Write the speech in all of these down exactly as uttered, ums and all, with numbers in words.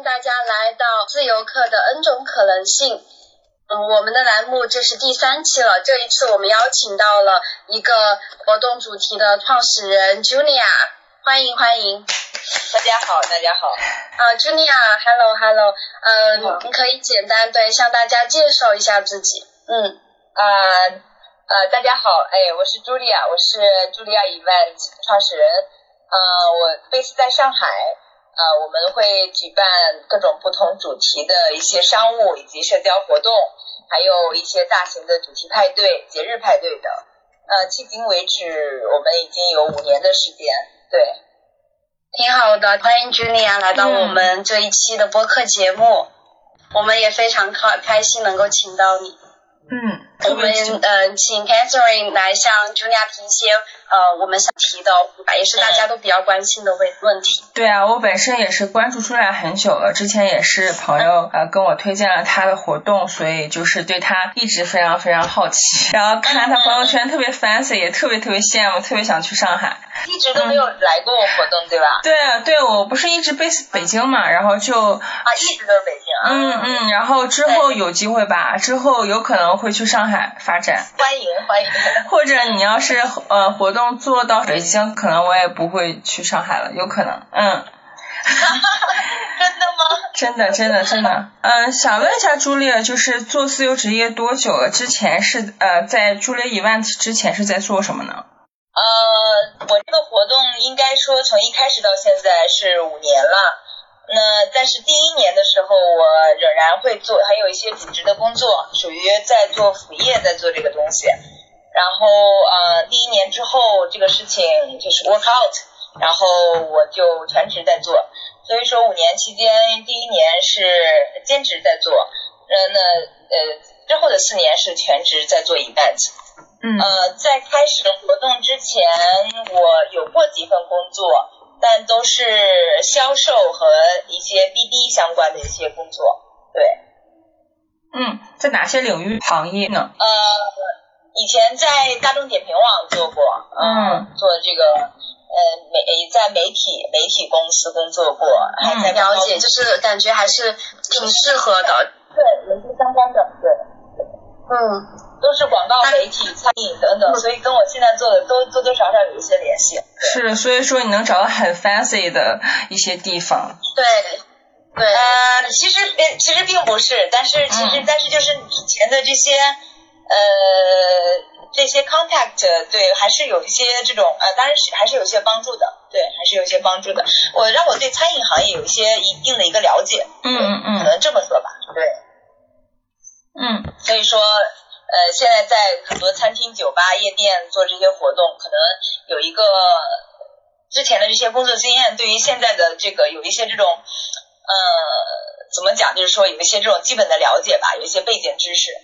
大家来到自由课的 N 种可能性。嗯，我们的栏目这是第三期了，这一次我们邀请到了一个活动主题的创始人 Junia， 欢迎欢迎。 大家好，大家好。 啊、uh, Junia，Hello Hello， 嗯、呃，你可以简单对向大家介绍一下自己。嗯， 啊呃，大家好，哎，我是 Julia， 我是 Julia Event 创始人。呃，我 base 在上海。呃，我们会举办各种不同主题的一些商务以及社交活动，还有一些大型的主题派对、节日派对的。呃，迄今为止，我们已经有五年的时间。对， 挺好的，欢迎 Julia 来到我们这一期的播客节目，嗯、我们也非常开开心能够请到你。 嗯， 我们呃请 Catherine 来向 Junia 提一些呃我们想提的，也是大家都比较关心的问问题。 对啊，我本身也是关注出来很久了，之前也是朋友呃跟我推荐了他的活动，所以就是对他一直非常非常好奇，然后看他朋友圈特别 fancy， 也特别特别羡慕，特别想去上海。 一直都没有来过活动、嗯、对吧？ 对啊，对，我不是一直北北京嘛，然后就啊一直都是北京啊。 嗯嗯，然后之后有机会吧，之后有可能会去上海发展。 欢迎欢迎。 或者你要是呃活动做到北京，可能我也不会去上海了，有可能。嗯。 真的吗？ 真的真的真的。嗯，想问一下朱莉，就是做自由职业多久了？之前是呃在朱莉 Event 之前是在做什么呢？ 呃，我这个活动应该说从一开始到现在是五年了。那但是第一年的时候，我仍然会做，还有一些组织的工作，属于在做副业，在做这个东西。然后呃，第一年之后，这个事情就是 work out， 然后我就全职在做。所以说五年期间，第一年是兼职在做，呃，那呃之后的四年是全职在做 event。 嗯。 呃，在开始活动之前，我有过几份工作，但都是销售和一些 B D 相关的一些工作。对。 嗯，在哪些领域行业呢？ 呃，以前在大众点评网做过， 嗯， 做这个呃媒在媒体媒体公司工作过，还在了解，就是感觉还是挺适合的。 对，文字相关的，对。 嗯。 都是广告媒体、餐饮等等，所以跟我现在做的都多多少少有一些联系。 是，所以说你能找到很 fancy 的一些地方。 对，对。 呃，其实其实并不是，但是其实、嗯、但是就是以前的这些呃这些 contact， 对，还是有一些这种呃，当然是还是有一些帮助的，对，还是有一些帮助的。我让我对餐饮行业有一些一定的一个了解。 嗯嗯嗯。 可能这么说吧，对。 嗯。 所以说。呃，现在在很多餐厅、酒吧、夜店做这些活动，可能有一个之前的这些工作经验，对于现在的这个有一些这种，呃，怎么讲，就是说有一些这种基本的了解吧，有一些背景知识，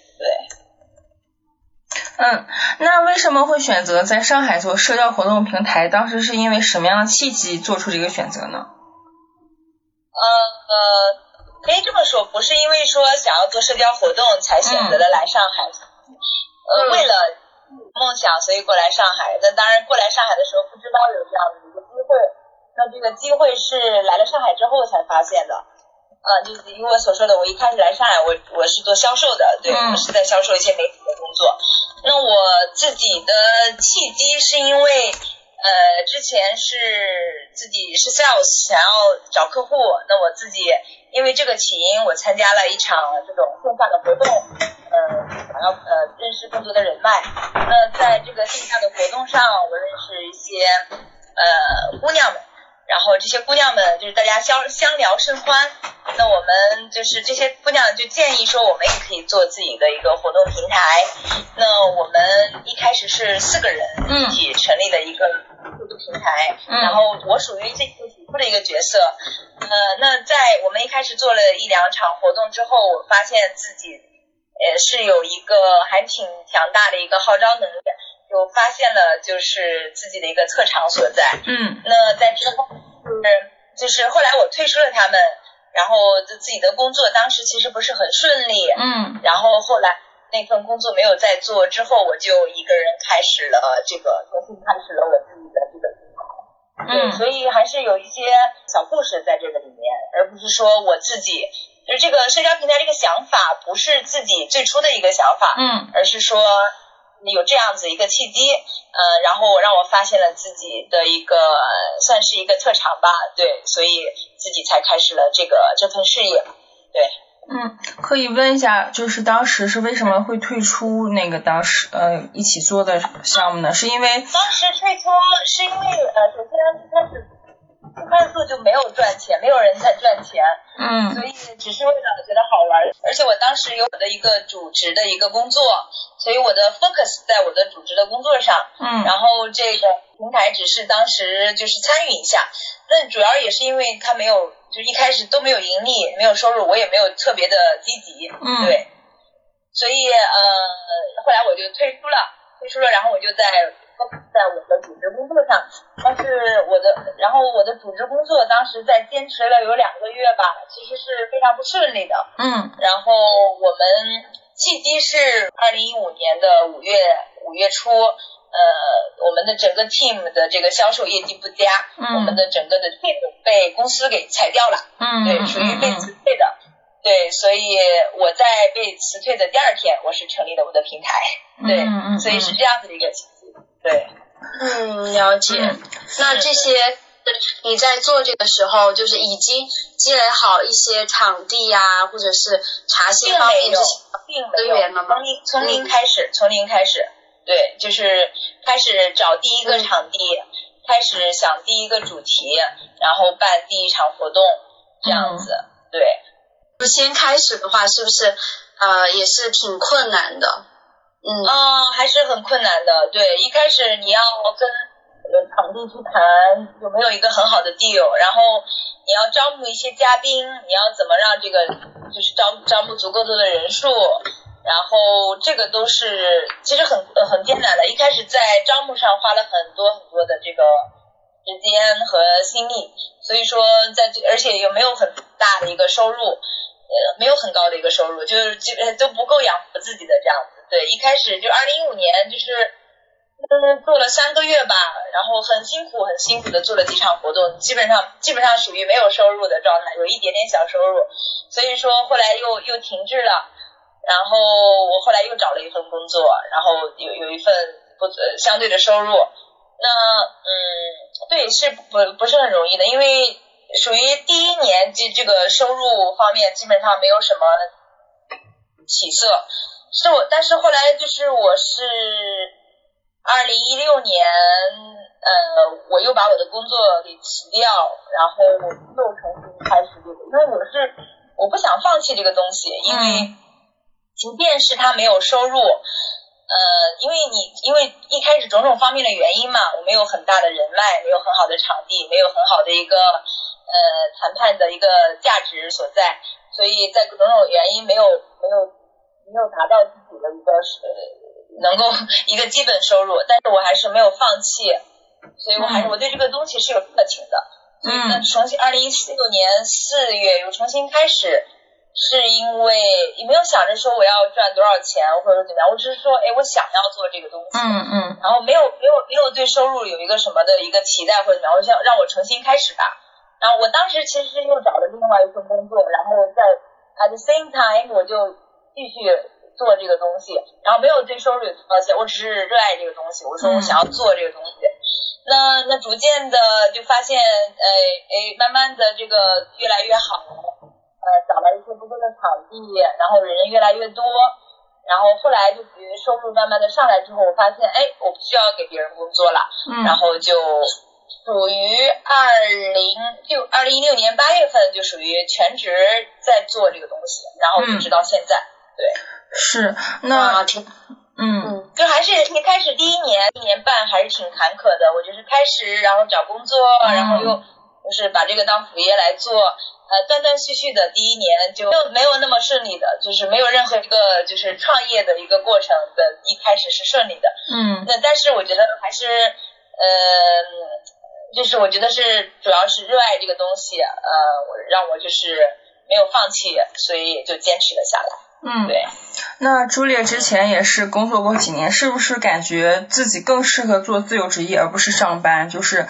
对。 嗯，那为什么会选择在上海做社交活动平台？当时是因为什么样的契机做出这个选择呢？ 呃呃，可以这么说，不是因为说想要做社交活动才选择了来上海。嗯呃，为了梦想，所以过来上海。那当然，过来上海的时候不知道有这样的一个机会。那这个机会是来了上海之后才发现的。呃，就是因为我所说的，我一开始来上海，我我是做销售的，对，我是在销售一些媒体的工作。那我自己的契机是因为，呃，之前是自己是 sales， 想要找客户。那我自己因为这个起因，我参加了一场这种线下的活动。呃，想要呃认识更多的人脉。那在这个线下的活动上，我认识一些呃姑娘们，然后这些姑娘们就是大家相相聊甚欢。那我们就是这些姑娘就建议说，我们也可以做自己的一个活动平台。那我们一开始是四个人一起成立了一个这个平台， 嗯、 然后我属于这个主妇的一个角色。呃，那在我们一开始做了一两场活动之后，我发现自己。也是有一个还挺强大的一个号召能力，就发现了就是自己的一个特长所在。 嗯， 那在之后就是就是后来我退出了他们，然后自己的工作当时其实不是很顺利。 嗯， 然后后来那份工作没有再做之后，我就一个人开始了这个重新开始了我自己的这个平台。 对，所以还是有一些小故事在这个里面，而不是说我自己就是这个社交平台这个想法不是自己最初的一个想法， 嗯， 而是说有这样子一个契机，呃，然后让我发现了自己的一个算是一个特长吧，对，所以自己才开始了这个这份事业，对。 嗯，可以问一下，就是当时是为什么会退出那个当时呃一起做的项目呢？是因为当时退出是因为呃，首先一开始一开始做就没有赚钱，没有人在赚钱， 嗯， 所以只是为了觉得好玩，而且我当时有我的一个主职的一个工作，所以我的 focus 在我的主职的工作上， 嗯， 然后这个平台只是当时就是参与一下，那主要也是因为它没有。就一开始都没有盈利，没有收入，我也没有特别的积极， 嗯， 对，所以呃，后来我就退出了，退出了，然后我就在在我的主职工作上，但是我的，然后我的主职工作当时在坚持了有两个月吧，其实是非常不顺利的， 嗯， 然后我们契机是二零一五年的五月五月初。呃，我们的整个 team 的这个销售业绩不佳， 嗯， 我们的整个的 team 被公司给裁掉了， 嗯， 对，属于被辞退的，嗯，对，所以我在被辞退的第二天，我是成立了我的平台，对， 嗯， 所以是这样子的一个契机，对， 嗯，了解。嗯，那这些你在做这个时候，就是已经积累好一些场地呀，或者是茶歇方面这些资源了吗？ 从零从零开始，从零开始。对，就是开始找第一个场地，嗯，开始想第一个主题，然后办第一场活动，这样子，嗯，对。 先开始的话，是不是呃也是挺困难的？嗯， 哦，还是很困难的。对，一开始你要跟呃场地去谈有没有一个很好的 deal， 然后你要招募一些嘉宾，你要怎么让这个就是招招募足够多的人数。然后这个都是其实很呃很艰难的，一开始在招募上花了很多很多的这个时间和心力，所以说在这而且又没有很大的一个收入，呃没有很高的一个收入，就是都不够养活自己的这样子。对，一开始就二零一五年就是嗯做了三个月吧，然后很辛苦很辛苦的做了几场活动，基本上基本上属于没有收入的状态，有一点点小收入，所以说后来又又停滞了。然后我后来又找了一份工作，然后有有一份不呃相对的收入，那嗯对是不不是很容易的，因为属于第一年这这个收入方面基本上没有什么起色，是我但是后来就是我是二零一六年呃我又把我的工作给辞掉，然后又重新开始这个，因为我是我不想放弃这个东西，因为即便是他没有收入，呃，因为你因为一开始种种方面的原因嘛，我没有很大的人脉，没有很好的场地，没有很好的一个呃谈判的一个价值所在，所以在种种原因没有没有没有达到自己的一个是能够一个基本收入，但是我还是没有放弃，所以我还是我对这个东西是有热情的，所以呢，重新二零一六年四月又重新开始。是因为也没有想着说我要赚多少钱或者怎么样，我只是说哎我想要做这个东西， 嗯嗯， 然后没有没有没有对收入有一个什么的一个期待或者怎么样，我想让我重新开始吧。然后我当时其实是又找了另外一份工作，然后在 at the same time 我就继续做这个东西，然后没有对收入有多少钱，我只是热爱这个东西，我说我想要做这个东西。嗯，那那逐渐的就发现哎哎慢慢的这个越来越好，呃，找了一些不错的场地，然后人越来越多，然后后来就比如收入慢慢的上来之后，我发现，哎，我不需要给别人工作了， 嗯， 然后就属于二零六二零一六年八月份就属于全职在做这个东西，然后就直到现在，嗯，对， 是那啊，挺嗯，就还是一开始第一年一年半还是挺坎坷的，我就是开始然后找工作， 嗯， 然后又就是把这个当副业来做。呃，断断续续的第一年就没有没有那么顺利的，就是没有任何一个就是创业的一个过程的一开始是顺利的， 嗯， 那但是我觉得还是呃，就是我觉得是主要是热爱这个东西，呃，我让我就是没有放弃，所以就坚持了下来。 嗯， 对。 那朱烈之前也是工作过几年，是不是感觉自己更适合做自由职业而不是上班？就是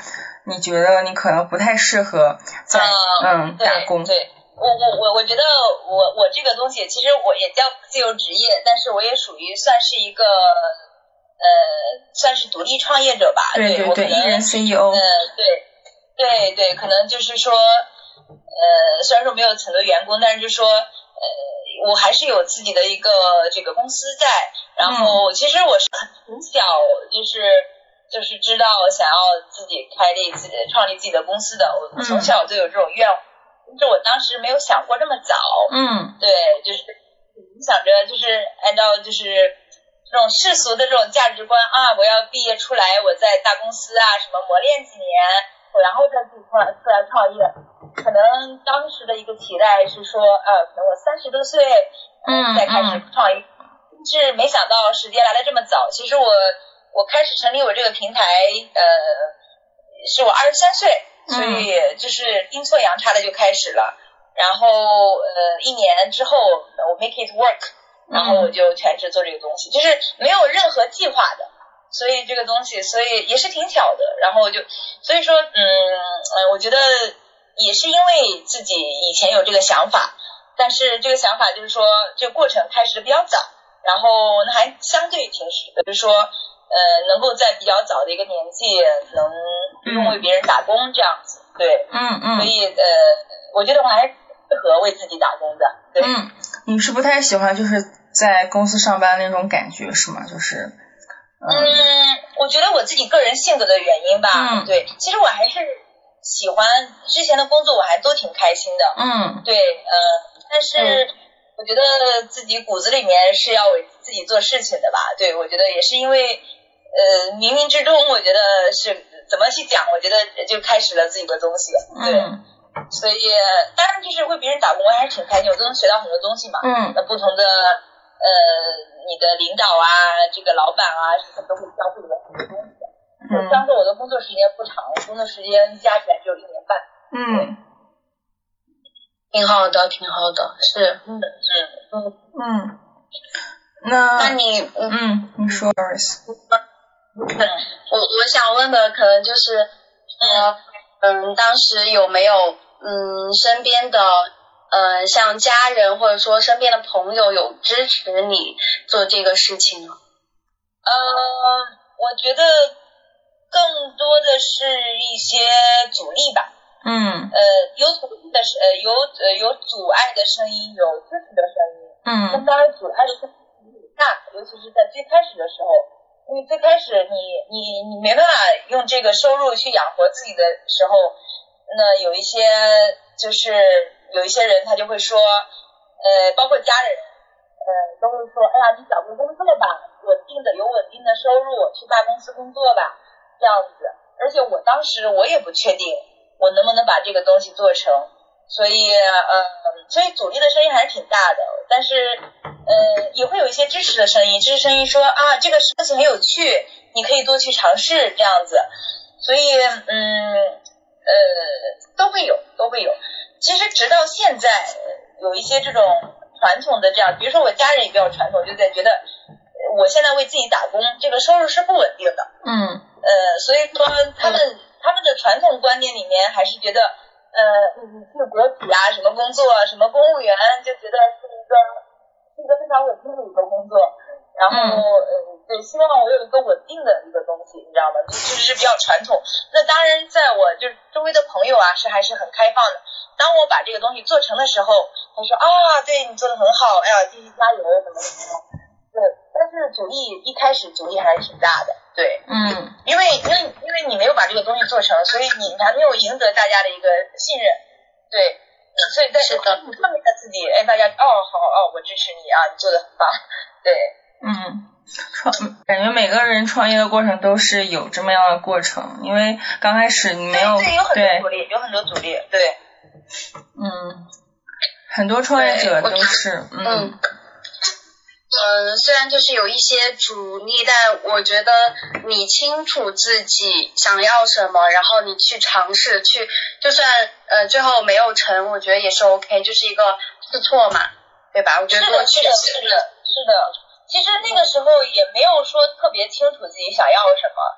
你觉得你可能不太适合在、呃、嗯打工？ 对，我我我我觉得我我这个东西其实我也叫自由职业，但是我也属于算是一个呃算是独立创业者吧。 对对对，艺人 C E O。 呃对对对，可能就是说呃虽然说没有很多员工，但是就是说呃我还是有自己的一个这个公司在，然后其实我是很小就是就是知道想要自己开立自己创立自己的公司的，我从小就有这种愿望。但是我当时没有想过这么早， 嗯， 对，就是想着就是按照就是这种世俗的这种价值观啊，我要毕业出来，我在大公司啊什么磨练几年，然后再自己出来出来创业。可能当时的一个期待是说，呃，可能我三十多岁， 嗯， 再开始创业，但是没想到时间来得这么早。其实我我开始成立我这个平台，呃，是我二十三岁。所以就是阴错阳差的就开始了，然后呃一年之后我 make it work， 然后我就全职做这个东西，就是没有任何计划的，所以这个东西所以也是挺巧的，然后我就所以说嗯呃我觉得也是因为自己以前有这个想法，但是这个想法就是说这个过程开始的比较早，然后那还相对平时的，就是说呃，能够在比较早的一个年纪能不用为别人打工这样子，对， 嗯嗯， 所以呃，我觉得我还适合为自己打工的，对。 嗯，你是不太喜欢就是在公司上班那种感觉是吗？就是， 嗯，嗯我觉得我自己个人性格的原因吧， 嗯， 对，其实我还是喜欢之前的工作，我还都挺开心的， 嗯， 对，呃，但是。嗯我觉得自己骨子里面是要为自己做事情的吧，对，我觉得也是因为呃冥冥之中我觉得是怎么去讲，我觉得就开始了自己的东西，对， 嗯、 所以当然就是为别人打工我还是挺开心，我都能学到很多东西嘛， 嗯， 那不同的呃你的领导啊这个老板啊什么都会教会我很多东西的，嗯，虽然说我的工作时间不长，工作时间加起来只有一年半， 嗯。 挺好的，挺好的，是， 嗯嗯嗯，那那你嗯嗯，你说 Doris， 我我想问的可能就是说，嗯，当时有没有嗯身边的呃像家人或者说身边的朋友有支持你做这个事情呢？ 呃，我觉得更多的是一些阻力吧。 嗯， 呃，有阻力的是，呃，有呃有阻碍的声音，有支持的声音。 嗯， 那当然阻碍的声音很大，尤其是在最开始的时候，因为最开始你你你没办法用这个收入去养活自己的时候，那有一些就是有一些人他就会说，呃，包括家人，呃，都会说，哎呀，你找个工作吧，稳定的有稳定的收入，去大公司工作吧，这样子。而且我当时我也不确定。我能不能把这个东西做成？所以呃，所以阻力的声音还是挺大的，但是呃，也会有一些支持的声音，支持声音说啊，这个事情很有趣，你可以多去尝试这样子。所以嗯呃，都会有，都会有。其实直到现在，有一些这种传统的这样，比如说我家人也比较传统，就在觉得我现在为自己打工，这个收入是不稳定的。 嗯。 呃，所以说他们。嗯他们的传统观念里面还是觉得，呃，你去国企啊，什么工作，什么公务员，就觉得是一个是一个非常稳定的一个工作。然后，呃，对，希望我有一个稳定的一个东西，你知道吗？就是是比较传统。那当然，在我就是周围的朋友啊，是还是很开放的。当我把这个东西做成的时候，他说啊，对你做的很好，哎呀，继续加油，怎么怎么。对，但是阻力一开始阻力还是挺大的，对， 嗯， 因为因为因为你没有把这个东西做成，所以你还没有赢得大家的一个信任，对，所以在上面的自己，哎，大家哦好哦，我支持你啊，你做的很棒，对， 嗯，创感觉每个人创业的过程都是有这么样的过程，因为刚开始你没有对对有很多阻力，有很多阻力，对， 嗯，很多创业者都是嗯。 嗯嗯，虽然就是有一些阻力，但我觉得你清楚自己想要什么，然后你去尝试，去就算呃最后没有成，我觉得也是 OK， 就是一个试错嘛，对吧？我觉得多去是的，是的，是的，是的。其实那个时候也没有说特别清楚自己想要什么，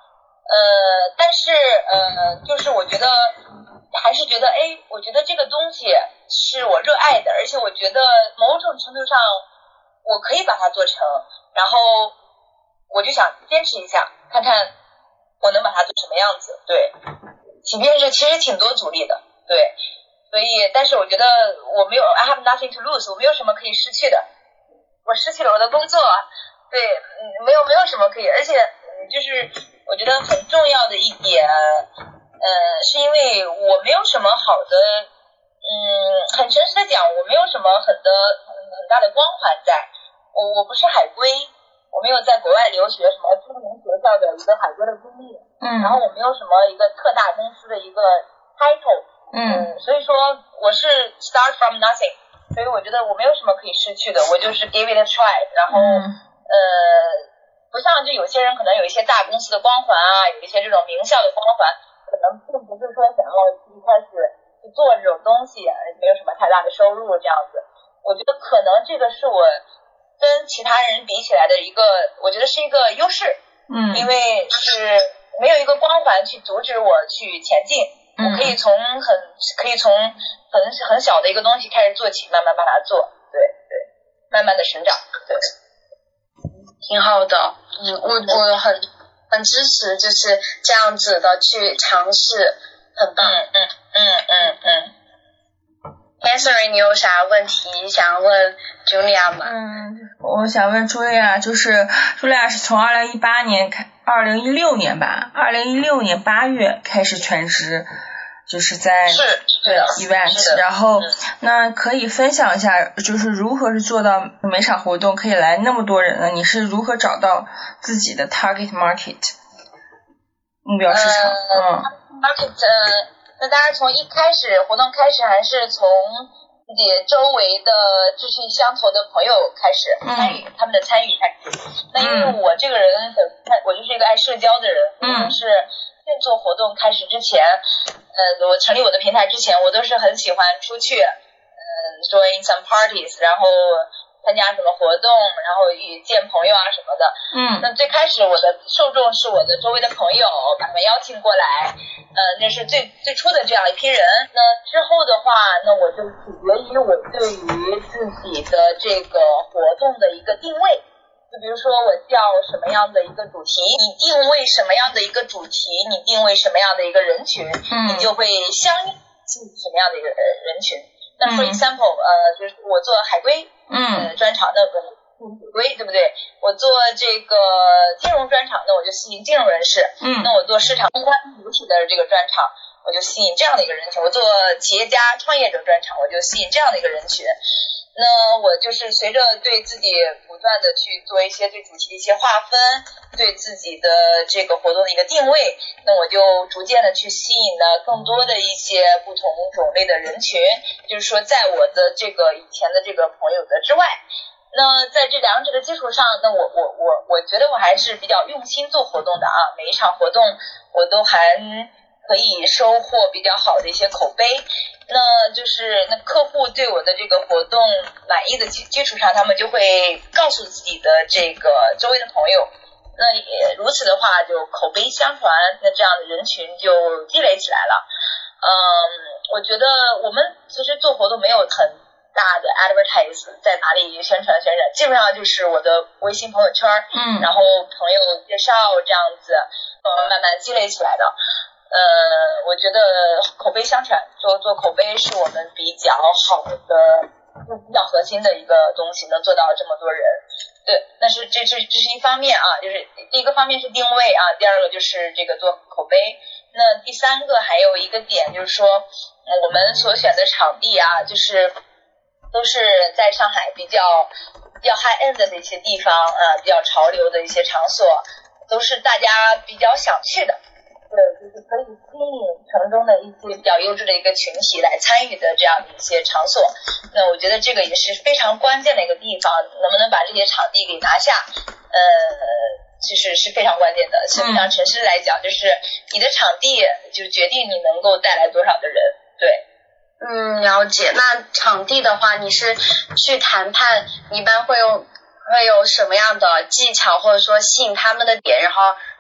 呃，但是呃，就是我觉得还是觉得，哎，我觉得这个东西是我热爱的，而且我觉得某种程度上我可以把它做成，然后我就想坚持一下，看看我能把它做什么样子。对，即便是其实挺多阻力的，对，所以但是我觉得我没有 I have nothing to lose， 我没有什么可以失去的，我失去了我的工作，对，嗯，没有没有什么可以，而且就是我觉得很重要的一点，呃，是因为我没有什么好的，嗯，很诚实的讲，我没有什么很的很很大的光环在，我我不是海归，我没有在国外留学什么知名学校的一个海归的经历， 嗯， 然后我没有什么一个特大公司的一个 title， 嗯， 所以说我是 start from nothing， 所以我觉得我没有什么可以失去的，我就是 give it a try， 然后、嗯、呃。不像就有些人可能有一些大公司的光环啊，有一些这种名校的光环，可能并不是说想要一开始去做这种东西，没有什么太大的收入这样子。我觉得可能这个是我跟其他人比起来的一个，我觉得是一个优势。 嗯， 因为是没有一个光环去阻止我去前进，嗯、我可以从很可以从很很小的一个东西开始做起，慢慢把它做，对对，慢慢的成长，对。 挺好的，嗯，我我很很支持，就是这样子的去尝试，很棒。 嗯嗯嗯嗯嗯。 Henry， 你有啥问题想问 Julia 吗？ 嗯，我想问 Julia， 就是 Julia 是从二零一八年开，二零一六年吧，二零一六年八月开始全职。就是在是对 event， 然后、嗯、那可以分享一下，就是如何是做到每场活动可以来那么多人呢？你是如何找到自己的 target market 目标市场？ 呃、 嗯 ，market， 呃，那当然从一开始活动开始，还是从自己周围的志趣相投的朋友开始参与、嗯、他们的参与开始。那因为我这个人很，我就是一个爱社交的人，嗯，是。在做活动开始之前，呃，我成立我的平台之前，我都是很喜欢出去，嗯、呃、，join some parties， 然后参加什么活动，然后见朋友啊什么的。嗯。那最开始我的受众是我的周围的朋友，把他们邀请过来，呃，那是最最初的这样一批人。那之后的话，那我就取决于我对于自己的这个活动的一个定位。就比如说我叫什么样的一个主题，你定位什么样的一个主题，你定位什么样的一个人群，嗯、你就会相应进什么样的一个人群。那 for example，、嗯、呃，就是我做海归嗯、呃、专场，那我海归对不对？我做这个金融专场，那我就吸引金融人士。嗯，那我做市场公关主体的这个专场，我就吸引这样的一个人群。我做企业家创业者专场，我就吸引这样的一个人群。那我就是随着对自己不断的去做一些对主题的一些划分，对自己的这个活动的一个定位，那我就逐渐的去吸引了更多的一些不同种类的人群，就是说在我的这个以前的这个朋友的之外，那在这两者的基础上，那我我我我觉得我还是比较用心做活动的啊，每一场活动我都还可以收获比较好的一些口碑。那就是那客户对我的这个活动满意的基基础上，他们就会告诉自己的这个周围的朋友，那也如此的话就口碑相传，那这样的人群就积累起来了。嗯，我觉得我们其实做活动没有很大的 advertise 在哪里宣传宣传，基本上就是我的微信朋友圈，嗯，然后朋友介绍这样子，嗯，慢慢积累起来的。呃，我觉得口碑相传，做做口碑是我们比较好的、比较核心的一个东西，能做到这么多人。对，那是这这这是一方面啊，就是第一个方面是定位啊，第二个就是这个做口碑。那第三个还有一个点就是说，嗯、我们所选的场地啊，就是都是在上海比较比较 high end 的一些地方啊，比较潮流的一些场所，都是大家比较想去的。对，就是可以吸引城中的一些比较优质的一个群体来参与的这样的一些场所。那我觉得这个也是非常关键的一个地方，能不能把这些场地给拿下，呃，其实是非常关键的。所以像城市来讲，就是你的场地就决定你能够带来多少的人。对。 嗯，了解。那场地的话，你是去谈判，你一般会用会有什么样的技巧，或者说吸引他们的点，然后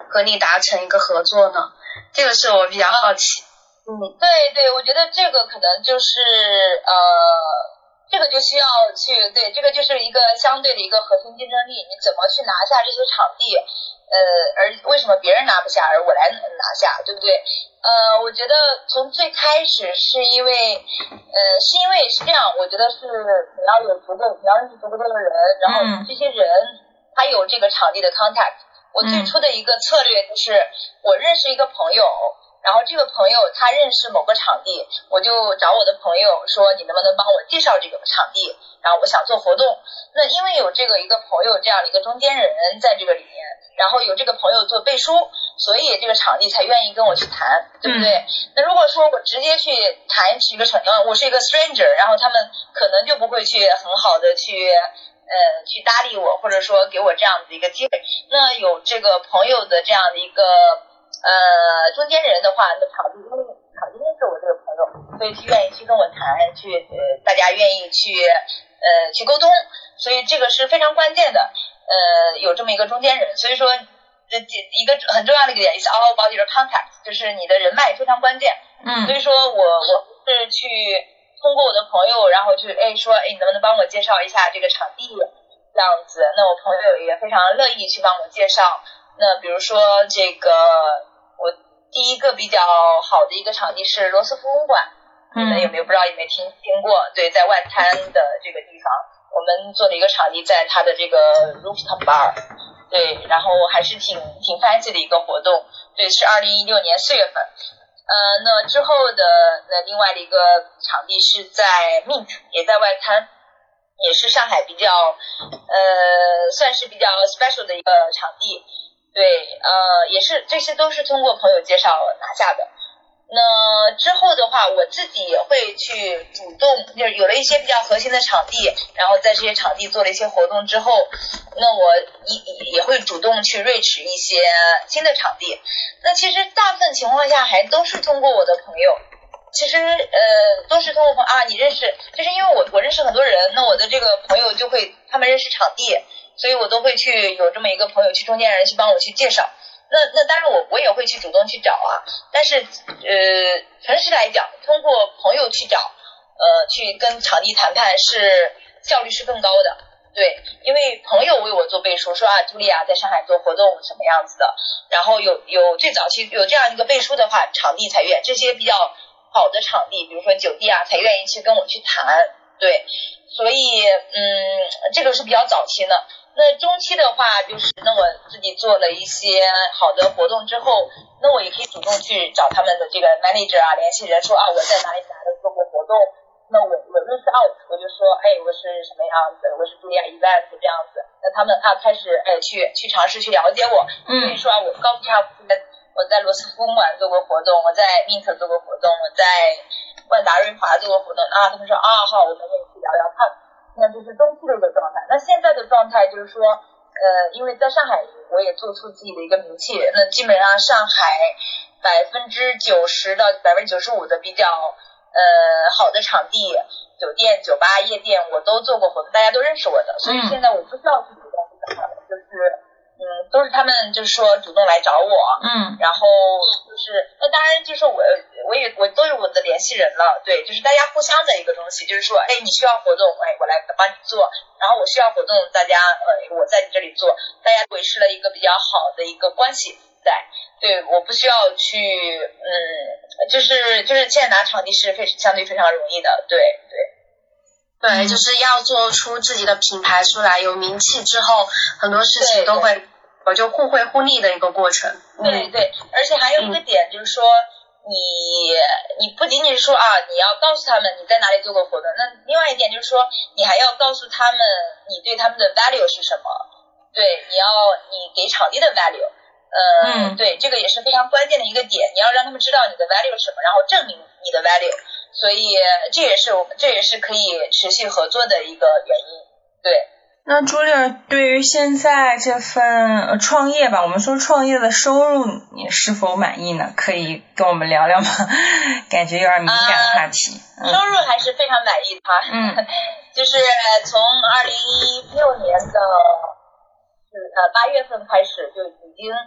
和你达成一个合作呢？这个是我比较好奇。 嗯，对对，我觉得这个可能就是呃，这个就需要去对，这个就是一个相对的一个核心竞争力，你怎么去拿下这些场地？呃，而为什么别人拿不下，而我来拿下，对不对？呃，我觉得从最开始是因为，呃，是因为是这样，我觉得是你要有足够，你要认识足够多的人，然后这些人他有这个场地的 contact。我最初的一个策略就是，我认识一个朋友。然后这个朋友他认识某个场地，我就找我的朋友说，你能不能帮我介绍这个场地，然后我想做活动。那因为有这个一个朋友这样的一个中间人在这个里面，然后有这个朋友做背书，所以这个场地才愿意跟我去谈，对不对？嗯、那如果说我直接去谈一个场地，我是一个 stranger， 然后他们可能就不会去很好的去呃去搭理我，或者说给我这样的一个机会。那有这个朋友的这样的一个呃，中间人的话，那场地因为场地认识我这个朋友，所以去愿意去跟我谈，去呃，大家愿意去呃去沟通，所以这个是非常关键的。呃，有这么一个中间人，所以说这一个很重要的一个点 is all about your contact， 就是你的人脉非常关键。嗯，所以说我我是去通过我的朋友，然后去哎说哎，你能不能帮我介绍一下这个场地这样子？那我朋友也非常乐意去帮我介绍。那比如说这个。我第一个比较好的一个场地是罗斯福公馆，嗯、你们有没有不知道有没有听听过？对，在外滩的这个地方，我们做了一个场地，在它的这个 rooftop bar， 对，然后还是挺挺 fancy 的一个活动，对，是二零一六年四月份。呃，那之后的那另外的一个场地是在 Mint， 也在外滩，也是上海比较呃算是比较 special 的一个场地。对，呃，也是，这些都是通过朋友介绍拿下的。那之后的话，我自己也会去主动，就是有了一些比较核心的场地，然后在这些场地做了一些活动之后，那我也也会主动去 reach 一些新的场地。那其实大部分情况下还都是通过我的朋友。其实呃都是通过朋友啊，你认识，就是因为我我认识很多人，那我的这个朋友就会他们认识场地。所以我都会去有这么一个朋友去中间人去帮我去介绍，那那当然我我也会去主动去找啊，但是呃诚实来讲，通过朋友去找，呃去跟场地谈判是效率是更高的，对，因为朋友为我做背书，说啊茱莉亚在上海做活动什么样子的，然后有有最早期有这样一个背书的话，场地才愿这些比较好的场地，比如说酒店啊，才愿意去跟我去谈，对，所以嗯这个是比较早期的。那中期的话，就是那我自己做了一些好的活动之后，那我也可以主动去找他们的这个 manager 啊，联系人说啊，我在哪里哪里做过活动，那我我 reach out， 我就说，哎，我是什么样子，我是茱莉亚 event 这样子，那他们啊开始哎去去尝试去了解我，嗯，比如说啊，我告诉他我在罗斯福公馆做过活动，我在 Mint 做过活动，我在万达瑞华做过活动啊，他们说啊好，我们可以去聊聊看。那这是中期的一个状态。那现在的状态就是说，呃，因为在上海我也做出自己的一个名气，那基本上上海百分之九十到百分之九十五的比较呃好的场地、酒店、酒吧、夜店，我都做过活动，大家都认识我的，所以现在我不需要去主动去找他们，就是嗯，都是他们就是说主动来找我，嗯，然后就是那当然就是我我也我都是我的联系人了，对，就是大家互相的一个东西，就是说，哎，你需要活动，哎，我来帮你做，然后我需要活动，大家呃我在你这里做，大家维持了一个比较好的一个关系在，对，我不需要去嗯，就是就是现在拿场地是非相对非常容易的，对对。 对，就是要做出自己的品牌出来，有名气之后，很多事情都会，我就互惠互利的一个过程。 对对，而且还有一个点、嗯、就是说，你你不仅仅是说啊，你要告诉他们你在哪里做过活动，那另外一点就是说，你还要告诉他们你对他们的 value 是什么，对，你要你给场地的 value， 呃，嗯，对，这个也是非常关键的一个点，你要让他们知道你的 value 是什么，然后证明你的 value。所以这也是我们这也是可以持续合作的一个原因，对。 那朱莉儿对于现在这份、呃、创业吧，我们说创业的收入你是否满意呢？可以跟我们聊聊吗？感觉有点敏感的话题。 呃嗯、收入还是非常满意的，嗯，就是从二零一六年的是呃八月份开始就已经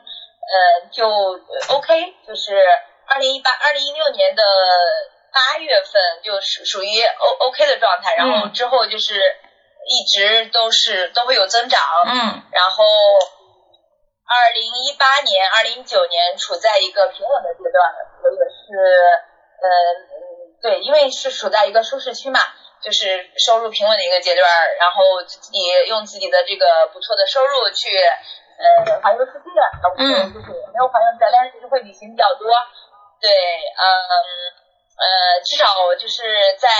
呃就 OK， 就是二零一八二零一六年的八月份就属属于 O OK 的状态，然后之后就是一直都是都会有增长， 嗯， 然后二零一八年二零一九年处在一个平稳的阶段，我也是呃对，因为是处在一个舒适区嘛，就是收入平稳的一个阶段，然后自己用自己的这个不错的收入去呃环游世界，然后就是没有环游咱俩就是会旅行比较多，对，嗯呃至少就是在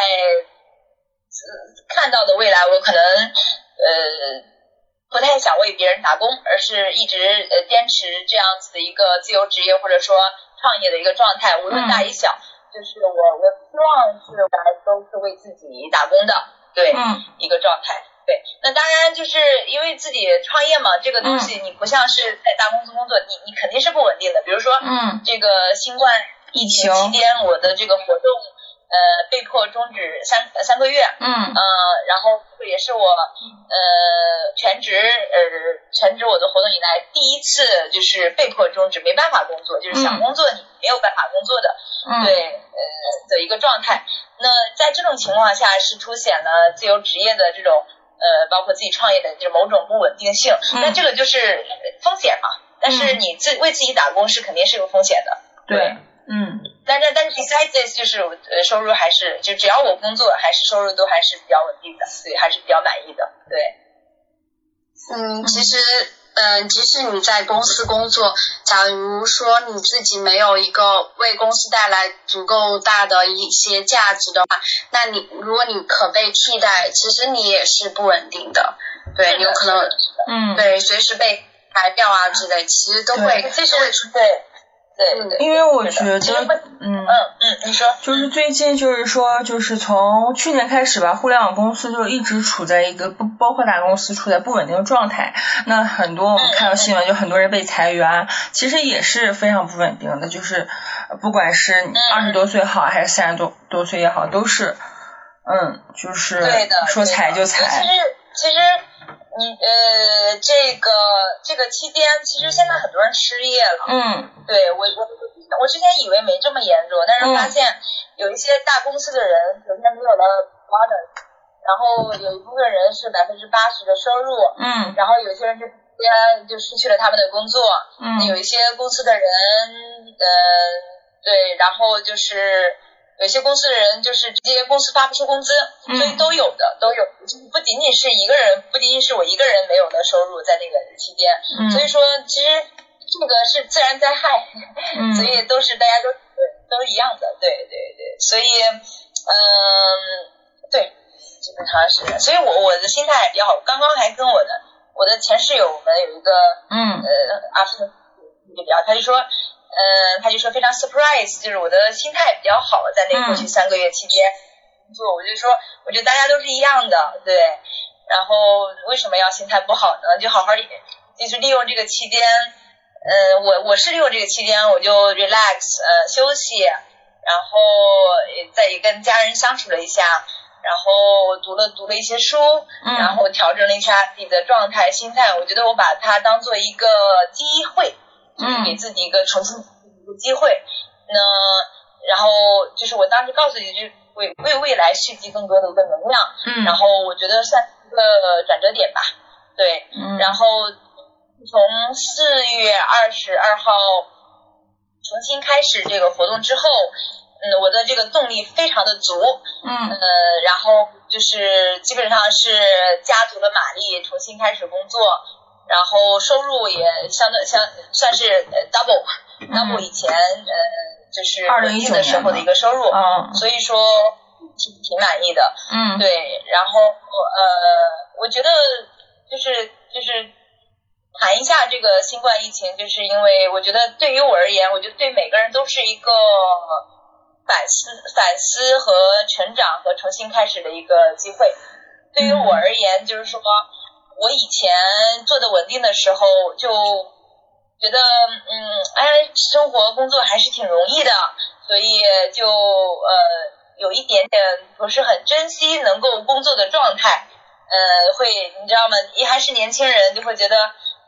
看到的未来，我可能呃不太想为别人打工，而是一直呃坚持这样子的一个自由职业或者说创业的一个状态，无论大与小，嗯、就是我我希望是未来都是为自己打工的，对， 嗯、 一个状态。对，那当然就是因为自己创业嘛，这个东西你不像是在大公司工作，你你肯定是不稳定的。比如说， 嗯， 这个新冠疫情期间，我的这个活动。呃，被迫终止三呃三个月， 嗯， 呃，然后也是我呃全职呃全职我的活动以来第一次就是被迫终止，没办法工作，就是想工作你没有办法工作的， 嗯、 对呃的一个状态。那在这种情况下是凸显了自由职业的这种呃包括自己创业的这种某种不稳定性， 嗯、 那这个就是风险嘛。但是你自为自己打工是肯定是有风险的， 对。 对嗯， 但是但是 besides this 就是呃收入还是就只要我工作还是收入都还是比较稳定的，对，还是比较满意的，对。 嗯，其实嗯、呃，即使你在公司工作，假如说你自己没有一个为公司带来足够大的一些价值的话，那你如果你可被替代，其实你也是不稳定的，对，你有可能嗯， 对随时被裁掉啊之类，其实都会其实会出对。对， 因为我觉得， 嗯嗯嗯，你说， 就是最近就是说，就是从去年开始吧，互联网公司就一直处在一个不包括大公司处在不稳定的状态。那很多我们看到新闻，就很多人被裁员，其实也是非常不稳定的。就是不管是二十多岁好，还是三十多多岁也好，都是嗯，就是说裁就裁。 其实其实。你呃，这个这个期间，其实现在很多人失业了。 嗯， 对我我我之前以为没这么严重，但是发现有一些大公司的人首先没有了 bonus， 然后有一部分人是百分之八十的收入。 嗯， 然后有些人就直接就失去了他们的工作。 嗯， 有一些公司的人，呃，对，然后就是。有些公司的人就是直接公司发不出工资，所以都有的都有，不仅仅是一个人，不仅仅是我一个人没有了收入在那个期间， 嗯、所以说其实这个是自然灾害， 嗯、 所以都是大家都都一样的，对对对，所以嗯对，基本上是，所以我我的心态比较好，刚刚还跟我的我的前室友我们有一个嗯呃阿福就聊，他就说。嗯，他就说非常 surprise， 就是我的心态比较好，在那过去三个月期间工作，我就说，我觉得大家都是一样的，对。然后为什么要心态不好呢？就好好就是利用这个期间，嗯，我我是利用这个期间，我就 relax， 呃，休息，然后再也跟家人相处了一下，然后读了读了一些书，然后调整了一下自己的状态、心态。我觉得我把它当做一个机会。就是给自己一个重新一个机会，那然后就是我当时告诉你，就是为为未来蓄积更多的一个能量， 嗯， 然后我觉得算一个转折点吧，对， 嗯， 然后从四月二十二号重新开始这个活动之后，嗯，我的这个动力非常的足， 嗯， 呃，然后就是基本上是加足了马力，重新开始工作。然后收入也相对相算是 double、嗯、double 以前呃就是稳定的时候的一个收入， 嗯， 所以说挺挺满意的， 嗯， 对，然后呃我觉得就是就是谈一下这个新冠疫情，就是因为我觉得对于我而言，我觉得对每个人都是一个反思反思和成长和重新开始的一个机会。对于我而言，就是说。我以前做的稳定的时候，就觉得嗯，哎，生活工作还是挺容易的，所以就呃有一点点不是很珍惜能够工作的状态，呃，会你知道吗？也还是年轻人，就会觉得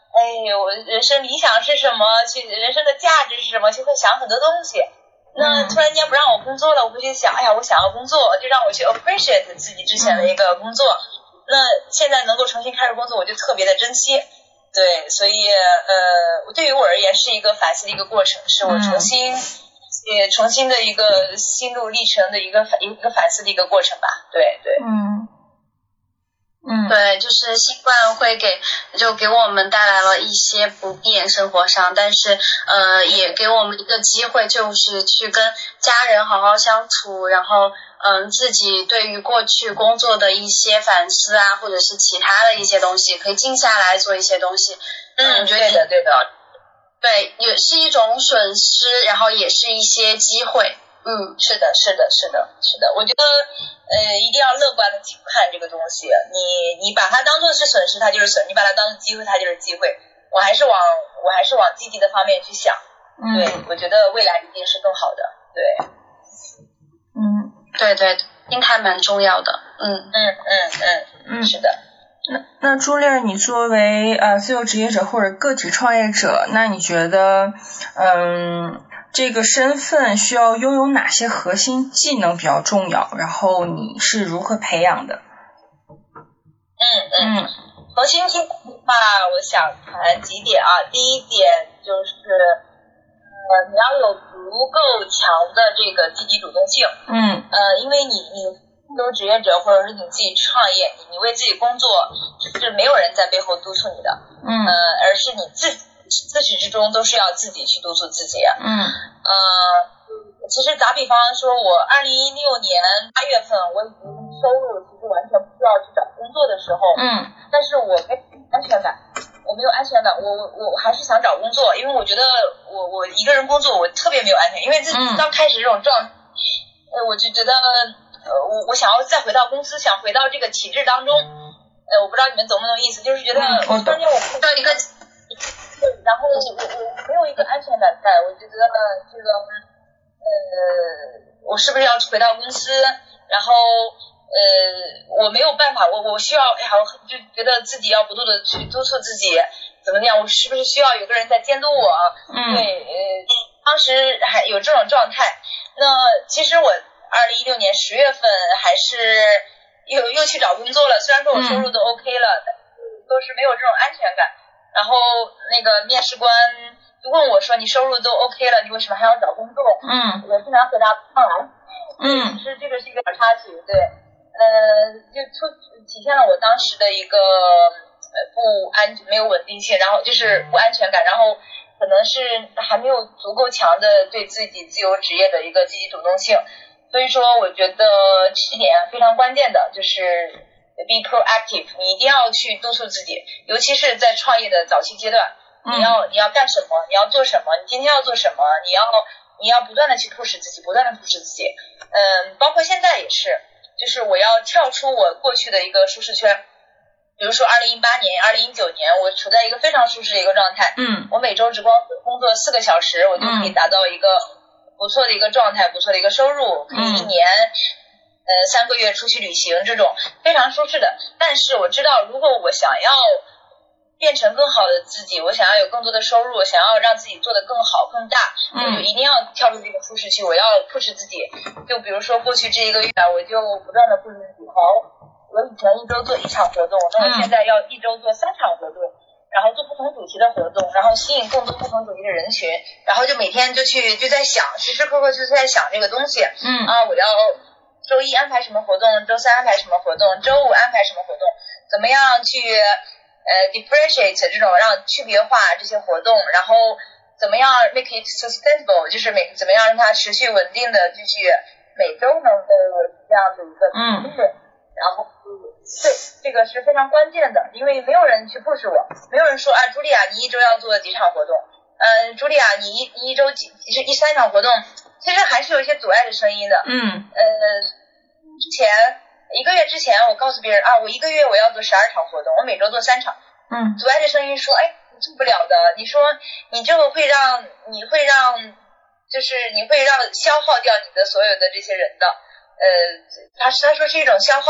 哎，我人生理想是什么？去人生的价值是什么？就会想很多东西。那突然间不让我工作了，我会去想，哎呀，我想要工作，就让我去 appreciate 自己之前的一个工作。那现在能够重新开始工作，我就特别的珍惜。对，所以呃，对于我而言是一个反思的一个过程，是我重新也重新的一个心路历程的一个一个反思的一个过程吧。对对， 嗯。嗯， 对，就是新冠会给就给我们带来了一些不便生活上，但是呃也给我们一个机会，就是去跟家人好好相处，然后嗯、呃、自己对于过去工作的一些反思啊，或者是其他的一些东西，可以静下来做一些东西。 嗯， 我觉得对的对的， 对，也是一种损失，然后也是一些机会。嗯， 是的，是的，是的，是的，我觉得，呃，一定要乐观的去看这个东西。你你把它当做是损失，它就是损；你把它当做机会，它就是机会。我还是往我还是往积极的方面去想。 嗯， 对，我觉得未来一定是更好的。对， 嗯， 对对，心态蛮重要的。嗯嗯嗯嗯嗯，是的。 那那朱莉儿，你作为呃自由职业者或者个体创业者，那你觉得嗯？这个身份需要拥有哪些核心技能比较重要？然后你是如何培养的？ 嗯嗯，核心技能的话，我想谈几点啊。第一点就是，呃，你要有足够强的这个积极主动性。 嗯。 呃，因为你你自由职业者或者是你自己创业，你你为自己工作，是没有人在背后督促你的。 嗯。 呃，而是你自己。自始至终都是要自己去督促自己。 嗯， 呃，其实打比方说，我二零一六年八月份我已经收入其实完全不需要去找工作的时候， 嗯， 但是我没安全感，我没有安全感，我我我还是想找工作，因为我觉得我我一个人工作我特别没有安全，因为自己刚开始这种状态，呃，我就觉得呃我我想要再回到公司，想回到这个体制当中，呃，我不知道你们懂不懂意思，就是觉得突然间我碰到一个。然后我我没有一个安全感在，我就觉得这个呃，我是不是要回到公司？然后呃，我没有办法，我我需要，哎呀，我就觉得自己要不断的去督促自己，怎么样？我是不是需要有个人在监督我？ 嗯， 对，呃，当时还有这种状态。那其实我二零一六年十月份还是又又去找工作了，虽然说我收入都 OK 了，但都是没有这种安全感。然后那个面试官就问我说：“你收入都 OK 了，你为什么还要找工作？” 嗯， 我经常回答不上来。 嗯， 其实这个是一个插曲，对，呃，就出体现了我当时的一个呃不安没有稳定性，然后就是不安全感，然后可能是还没有足够强的对自己自由职业的一个积极主动性。所以说，我觉得这一点非常关键的就是。Be proactive， 你一定要去督促自己，尤其是在创业的早期阶段， 嗯、 你要你要干什么，你要做什么，你今天要做什么，你要你要不断的去 push 自己，不断的 push 自己。嗯，包括现在也是，就是我要跳出我过去的一个舒适圈。比如说二零一八年、二零一九年，我处在一个非常舒适的一个状态。 嗯， 我每周只光工作四个小时，我就可以达到一个不错的一个状态，不错的一个收入，可以一年。呃，三个月出去旅行这种非常舒适的，但是我知道，如果我想要变成更好的自己，我想要有更多的收入，想要让自己做得更好更大， 嗯、 我就一定要跳出这个舒适区，我要 push 自己。就比如说过去这一个月，我就不断的 push 自己。好，我以前一周做一场活动，那我现在要一周做三场活动，然后做不同主题的活动，然后吸引更多不同主题的人群，然后就每天就去就在想，时时刻刻就在想这个东西。 嗯啊，我要。周一安排什么活动，周三安排什么活动，周五安排什么活动，怎么样去呃 differentiate 这种让区别化这些活动，然后怎么样 make it sustainable， 就是每怎么样让它持续稳定的继续每周能够这样的一个嗯， 然后对这个是非常关键的，因为没有人去 push 我，没有人说啊茱莉亚你一周要做几场活动，嗯、呃、茱莉亚你一你一周几是一三场活动，其实还是有一些阻碍的声音的。 嗯呃之前一个月之前我告诉别人啊，我一个月我要做十二场活动，我每周做三场。 嗯， 阻碍的声音说，哎，你做不了的，你说你这个会让你会让就是你会让消耗掉你的所有的这些人的，呃，他他说是一种消耗，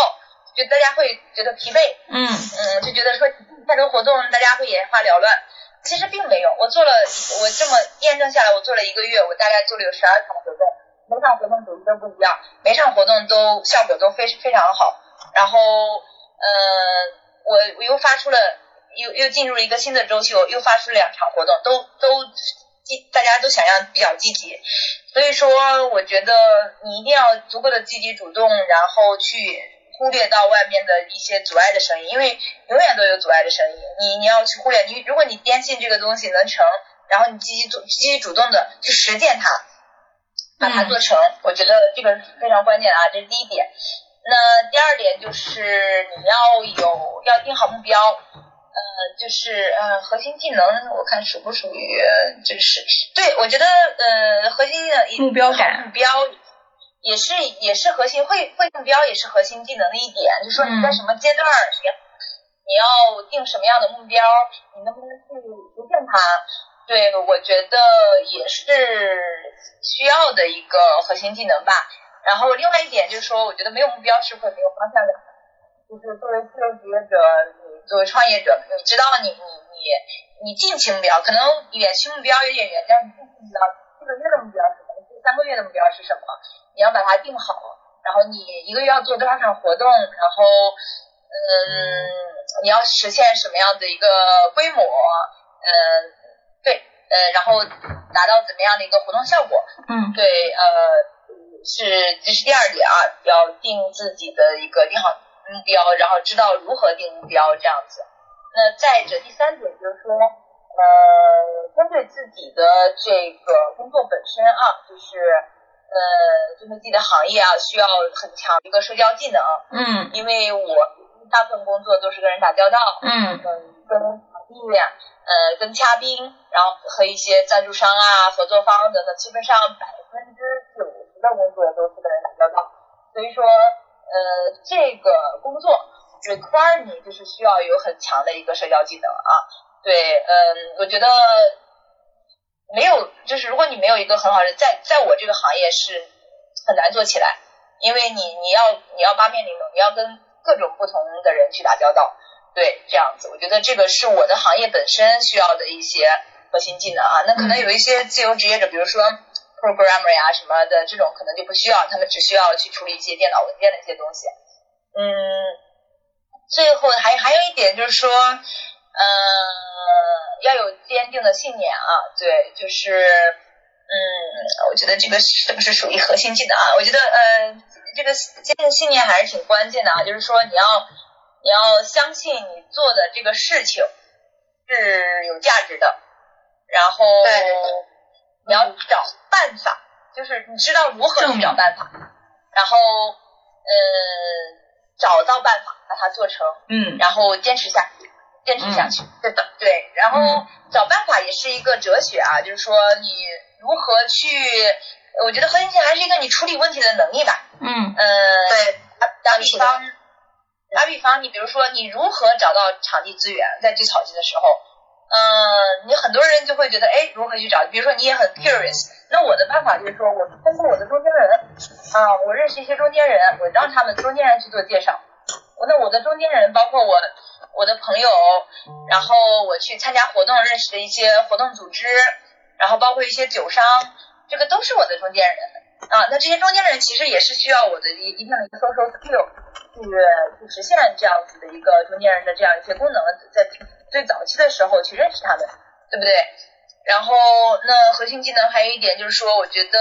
就大家会觉得疲惫， 嗯嗯，就觉得说太多活动大家会眼花缭乱。其实并没有，我做了，我这么验证下来，我做了一个月，我大概做了有十二场活动，每场活动主题都不一样，每场活动都效果都非非常好。然后，呃，我我又发出了，又又进入了一个新的周期，我又发出了两场活动，都都大家都想要比较积极。所以说，我觉得你一定要足够的积极主动，然后去忽略到外面的一些阻碍的声音，因为永远都有阻碍的声音，你你要去忽略。你如果你坚信这个东西能成，然后你积极主积极主动的去实践它，把它做成，嗯、我觉得这个是非常关键的啊，这是第一点。那第二点就是你要有要定好目标，呃，就是呃核心技能，我看属不属于就是对，我觉得呃核心的目标感目标。也是也是核心会会目标也是核心技能的一点，就是说你在什么阶段，你、嗯、你要定什么样的目标，你能不能去实现它？对，我觉得也是需要的一个核心技能吧。然后另外一点就是说，我觉得没有目标是会没有方向感。就是作为自由职业者，你作为创业者，你知道你你你你近期目标，可能远期目标有点远，但是你近期目标，这个月的目标是什么？这三个月的目标是什么？你要把它定好，然后你一个月要做多少场活动，然后嗯，你要实现什么样的一个规模，嗯，对，呃，然后达到怎么样的一个活动效果， 嗯， 对，呃，是这是第二点啊，要定自己的一个定好目标，然后知道如何定目标这样子。那再者第三点就是说，呃，针对自己的这个工作本身啊，就是呃，针对自己的行业啊，需要很强的一个社交技能。 嗯， 因为我大部分工作都是跟人打交道。 嗯嗯，跟场地，呃，跟嘉宾，然后和一些赞助商啊、合作方等等，基本上百分之九十的工作都是跟人打交道。所以说，呃，这个工作 require 你就是需要有很强的一个社交技能啊。对，嗯，我觉得没有，就是如果你没有一个很好的，在在我这个行业是很难做起来，因为你你要你要八面玲珑，你要跟各种不同的人去打交道。对，这样子，我觉得这个是我的行业本身需要的一些核心技能啊。那可能有一些自由职业者，比如说 programmer 呀、啊、什么的，这种可能就不需要，他们只需要去处理一些电脑文件的一些东西。嗯，最后还还有一点就是说，呃，要有坚定的信念啊。对，就是，嗯，我觉得这个是不是属于核心技能啊？我觉得，呃，这个坚定信念还是挺关键的啊。就是说，你要。你要相信你做的这个事情是有价值的，然后你要找办法，就是你知道如何去找办法，然后呃找到办法把它做成， 嗯， 然后坚持下去，坚持下去，对的，对，然后找办法也是一个哲学啊，就是说你如何去，我觉得核心还是一个你处理问题的能力吧， 嗯， 呃，对，打比方。打比方，你比如说你如何找到场地资源，在最草期的时候，嗯、呃，你很多人就会觉得，哎，如何去找？比如说你也很 curious， 那我的办法就是说，我通过我的中间人啊，我认识一些中间人，我让他们中间人去做介绍。那我的中间人包括我我的朋友，然后我去参加活动认识的一些活动组织，然后包括一些酒商，这个都是我的中间人啊。那这些中间人其实也是需要我的一一定的一个 social skill。去去实现这样子的一个中间人的这样一些功能，在最早期的时候去认识他们，对不对？然后那核心技能还有一点就是说，我觉得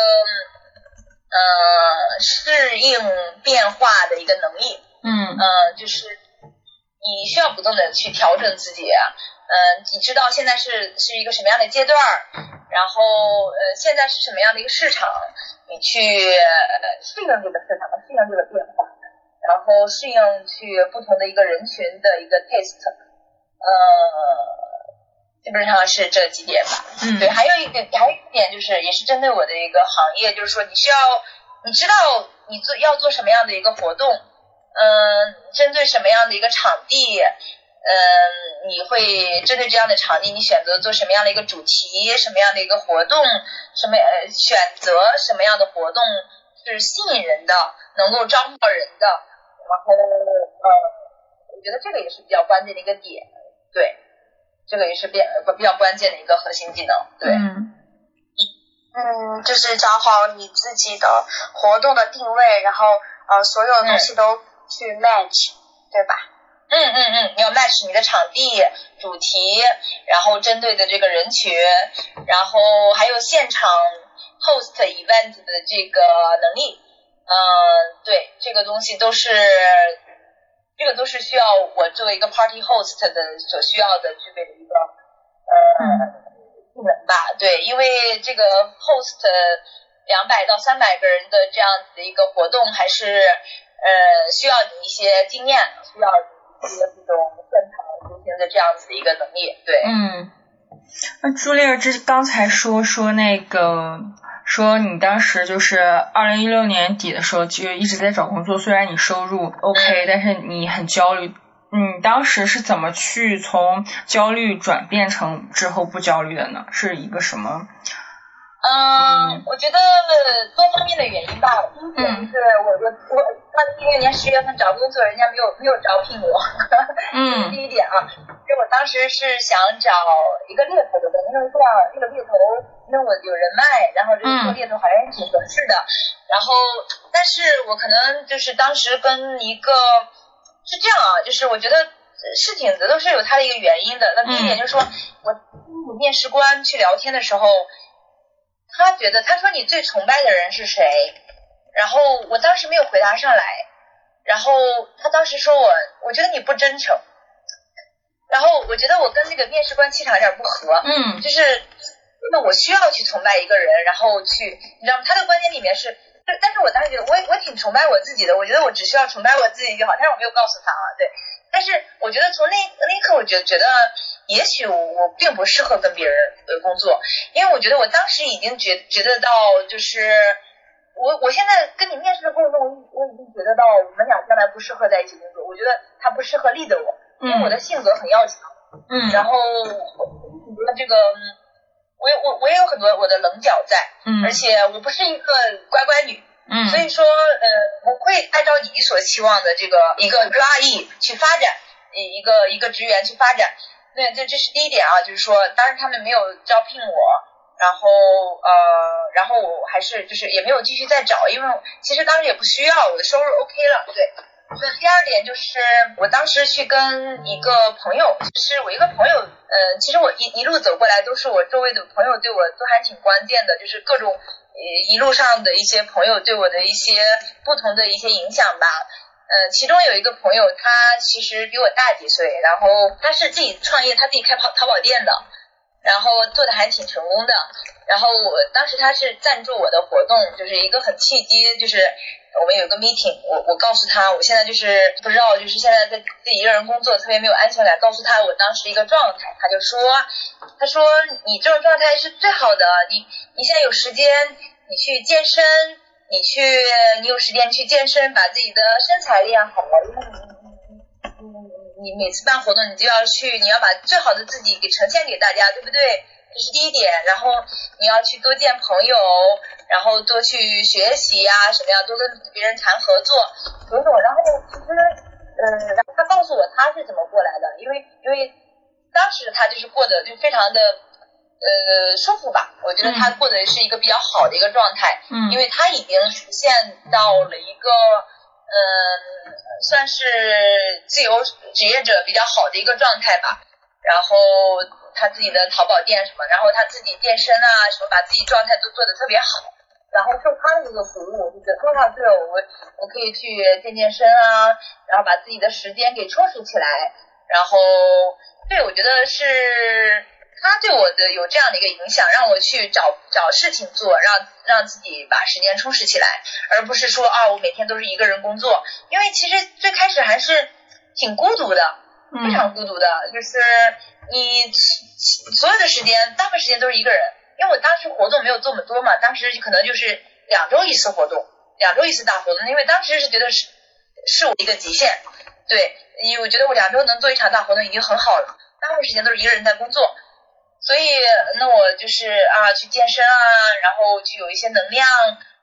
呃适应变化的一个能力， 嗯呃就是你需要不断的去调整自己，嗯、呃，你知道现在是是一个什么样的阶段，然后呃现在是什么样的一个市场，你去适应这个市场，适应这个变化。然后适应去不同的一个人群的一个 taste， 呃，基本上是这几点吧。 嗯， 对，还有一个还有一点就是，也是针对我的一个行业，就是说你需要，你知道你做要做什么样的一个活动，嗯、呃，针对什么样的一个场地，嗯、呃，你会针对这样的场地，你选择做什么样的一个主题，什么样的一个活动，什么呃选择什么样的活动是吸引人的，能够招募人的。 然后呃，我觉得这个也是比较关键的一个点，对，这个也是比比较关键的一个核心技能，对。 嗯嗯，就是找好你自己的活动的定位，然后呃所有的东西都去 match，、嗯、对吧？ 嗯嗯嗯，你要 match 你的场地、主题，然后针对的这个人群，然后还有现场 host event 的这个能力，嗯、呃，对，这个东西都是，这个都是需要我作为一个 party host 的所需要的具备的一个呃。嗯技能吧，对，因为这个 host 两百到三百个人的这样子的一个活动，还是呃需要你一些经验，需要你一些这种现场执行的这样子的一个能力，对。 嗯，那朱丽儿这刚才说说那个说你当时就是二零一六年底的时候就一直在找工作，虽然你收入 OK，、嗯、但是你很焦虑。你当时是怎么去从焦虑转变成之后不焦虑的呢？是一个什么？ 嗯，嗯我觉得多方面的原因吧。第一点就是我我我二零一六年十月份找工作，人家没有没有招聘我。嗯。第一点啊，因为我当时是想找一个猎头的工作，因为这样这个猎头，因为我有人脉，然后这个做猎头好像也挺合适的。嗯、然后，但是我可能就是当时跟一个。是这样啊，就是我觉得事情的都是有它的一个原因的。那第一点就是说，嗯、我跟面试官去聊天的时候，他觉得他说你最崇拜的人是谁？然后我当时没有回答上来，然后他当时说我，我觉得你不真诚。然后我觉得我跟那个面试官气场有点不合，嗯，就是因为我需要去崇拜一个人，然后去，你知道吗？他的观点里面是。但是我当时觉得我我挺崇拜我自己的，我觉得我只需要崇拜我自己就好，但是我没有告诉他啊，对。但是我觉得从那那一刻，我觉觉得也许我我并不适合跟别人呃工作，因为我觉得我当时已经觉觉得到，就是我我现在跟你面试的过程中，我我已经觉得到我们俩将来不适合在一起工作，我觉得他不适合lead我，因为我的性格很要强，嗯，然后我很多这个。我我我也有很多我的棱角在，嗯，而且我不是一个乖乖女，嗯，所以说呃我会按照你所期望的这个一个 employee 去发展，一个一个职员去发展，那这这是第一点啊，就是说当然他们没有招聘我，然后呃然后我还是就是也没有继续再找，因为其实当时也不需要，我的收入 OK 了，对。那第二点就是我当时去跟一个朋友，就是我一个朋友，呃，其实我一一路走过来都是我周围的朋友对我都还挺关键的，就是各种呃一路上的一些朋友对我的一些不同的一些影响吧。呃，其中有一个朋友，他其实比我大几岁，然后他是自己创业，他自己开淘淘宝店的，然后做的还挺成功的。然后我当时他是赞助我的活动，就是一个很契机，就是我们有一个 meeting， 我我告诉他我现在就是不知道，就是现在在自己一个人工作特别没有安全感，告诉他我当时一个状态，他就说，他说你这种状态是最好的，你你现在有时间，你去健身，你去你有时间去健身，把自己的身材练好，因为你你你每次办活动你就要去，你要把最好的自己给呈现给大家，对不对？这是第一点，然后你要去多见朋友，然后多去学习呀、啊，什么样，多跟别人谈合作，种种。然后其实，嗯，然后他告诉我他是怎么过来的，因为因为当时他就是过得就非常的呃舒服吧，我觉得他过的是一个比较好的一个状态，嗯，因为他已经实现到了一个嗯算是自由职业者比较好的一个状态吧，然后。他自己的淘宝店什么，然后他自己健身啊什么，把自己状态都做得特别好，然后受他的这个鼓舞，我就觉得啊，对我我可以去健健身啊，然后把自己的时间给充实起来，然后对我觉得是他对我的有这样的一个影响，让我去找找事情做，让让自己把时间充实起来，而不是说啊我每天都是一个人工作，因为其实最开始还是挺孤独的，非常孤独的，嗯、就是你所有的时间大部分时间都是一个人，因为我当时活动没有这么多嘛，当时可能就是两周一次活动，两周一次大活动，因为当时是觉得是是我一个极限，对，因为我觉得我两周能做一场大活动已经很好了，大部分时间都是一个人在工作，所以那我就是啊去健身啊，然后去有一些能量，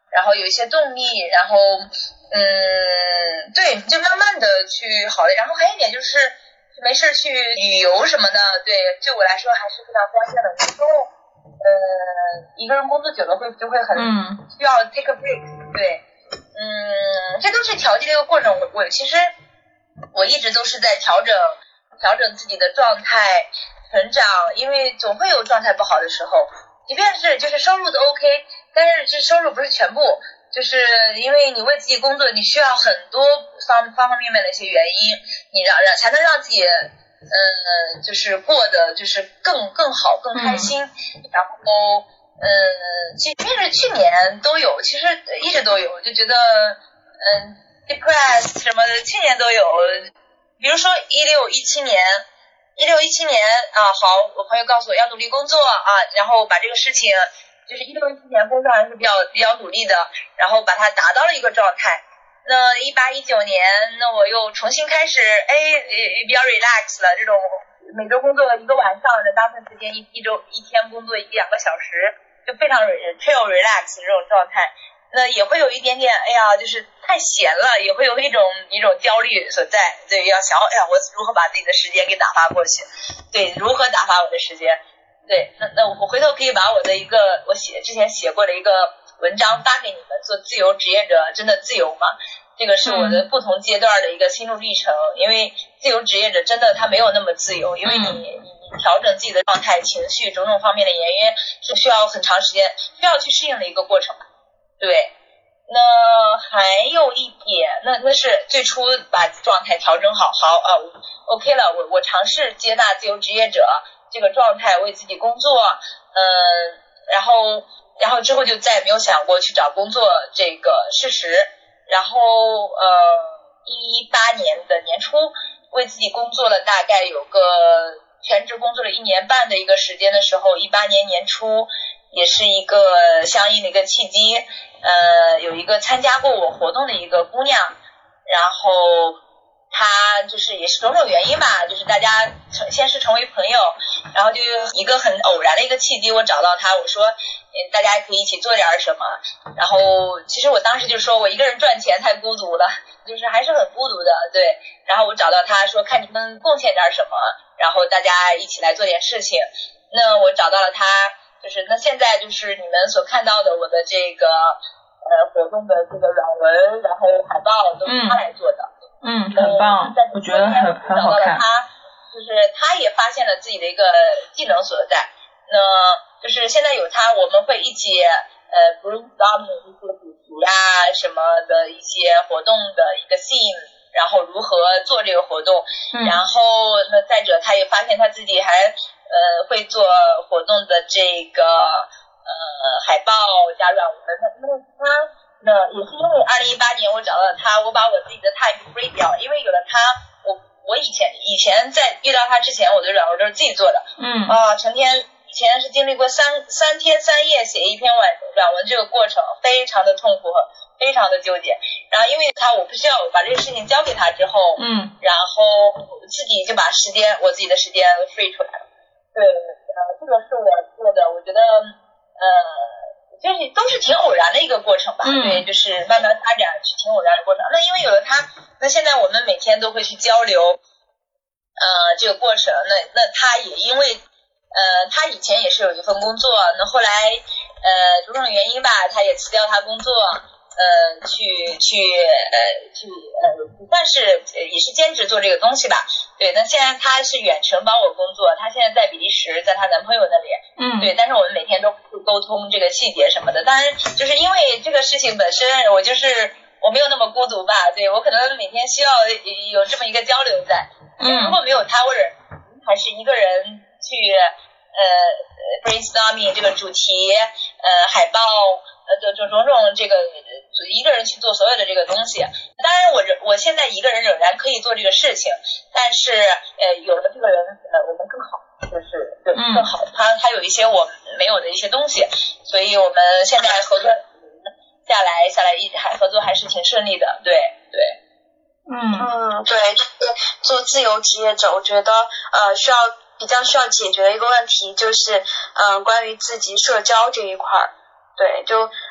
然后有一些动力，然后嗯，对，就慢慢的去好的。然后还有一点就是没事去旅游什么的，对，对我来说还是非常关键的。有时候呃，一个人工作久了会就会很需要 take a break， 对，嗯，这都是调剂的一个过程。我我其实我一直都是在调整调整自己的状态，成长，因为总会有状态不好的时候，即便是就是收入都 OK， 但是这收入不是全部，就是因为你为自己工作，你需要很多方方方面面的一些原因，你让让才能让自己嗯，就是过得就是更更好更开心，嗯、然后嗯，即便是去年都有，其实一直都有，就觉得嗯 depressed 什么的，去年都有。比如说一六一七年，一六一七年啊，好，我朋友告诉我要努力工作啊，然后把这个事情，就是一六一七年工作还是比较比较努力的，然后把它达到了一个状态。那一八一九年，那我又重新开始，哎，比较 relax 了，这种每周工作一个晚上的大部分时间，一一周一天工作一两个小时，就非常 chill relax 这种状态。那也会有一点点，哎呀，就是太闲了，也会有一种一种焦虑所在。对，要想，哎呀，我如何把自己的时间给打发过去？对，如何打发我的时间？对，那那我回头可以把我的一个我写之前写过的一个文章发给你们。做自由职业者真的自由吗？这个是我的不同阶段的一个心路历程。嗯、因为自由职业者真的他没有那么自由，因为你你你调整自己的状态、情绪种种方面的原因是需要很长时间需要去适应的一个过程吧。对，那还有一点，那那是最初把状态调整好，好啊 ，OK 了，我我尝试接纳自由职业者这个状态，为自己工作，嗯，然后然后之后就再也没有想过去找工作这个事实，然后呃，一八年的年初为自己工作了大概有个全职工作了一年半的一个时间的时候，一八年年初。也是一个相应的一个契机，呃，有一个参加过我活动的一个姑娘，然后她就是也是种种原因吧，就是大家成先是成为朋友，然后就一个很偶然的一个契机，我找到她，我说，嗯，大家可以一起做点什么，然后其实我当时就说我一个人赚钱太孤独了，就是还是很孤独的，对，然后我找到她说看你们贡献点什么，然后大家一起来做点事情，那我找到了她。就是那现在就是你们所看到的我的这个呃活动的这个软文，然后海报都是他来做的。 嗯，嗯很棒，嗯、我觉得很很好看。 他就是他也发现了自己的一个技能所在。那就是现在有他，我们会一起呃 brainstorm 一些主题啊什么的一些活动的一个 theme， 然后如何做这个活动。嗯、然后那再者，他也发现他自己还。呃，会做活动的这个呃海报加软文，那因为他那也是因为二零一八年我找到了他，我把我自己的 time free 掉，因为有了他，我我以前以前在遇到他之前，我的软文都是自己做的，嗯啊，成天以前是经历过三三天三夜写一篇软软文这个过程，非常的痛苦，非常的纠结。然后因为他我不需要把这个事情交给他之后，嗯，然后自己就把时间我自己的时间 free 出来了。对，呃，这个是我做的，我觉得，呃，就是都是挺偶然的一个过程吧。嗯、对，就是慢慢发展是挺偶然的过程。那因为有了他，那现在我们每天都会去交流，呃，这个过程。那那他也因为，呃，他以前也是有一份工作，那后来，呃，种种原因吧，他也辞掉他工作。呃，去去呃去呃，不算是也是兼职做这个东西吧。对，那现在他是远程帮我工作，他现在在比利时，在她男朋友那里。嗯。对，但是我们每天都会沟通这个细节什么的。当然，就是因为这个事情本身，我就是我没有那么孤独吧。对，我可能每天需要有这么一个交流在。嗯。如果没有他，或者还是一个人去呃 brainstorming 这个主题呃海报。呃，就就种种这个一个人去做所有的这个东西，当然我我现在一个人仍然可以做这个事情，但是呃有了这个人呃我们更好，就是对更好，他他有一些我没有的一些东西，所以我们现在合作下来下来一还合作还是挺顺利的，对对。 嗯嗯，对，做自由职业者，我觉得呃需要比较需要解决的一个问题就是嗯、呃、关于自己社交这一块儿。对，就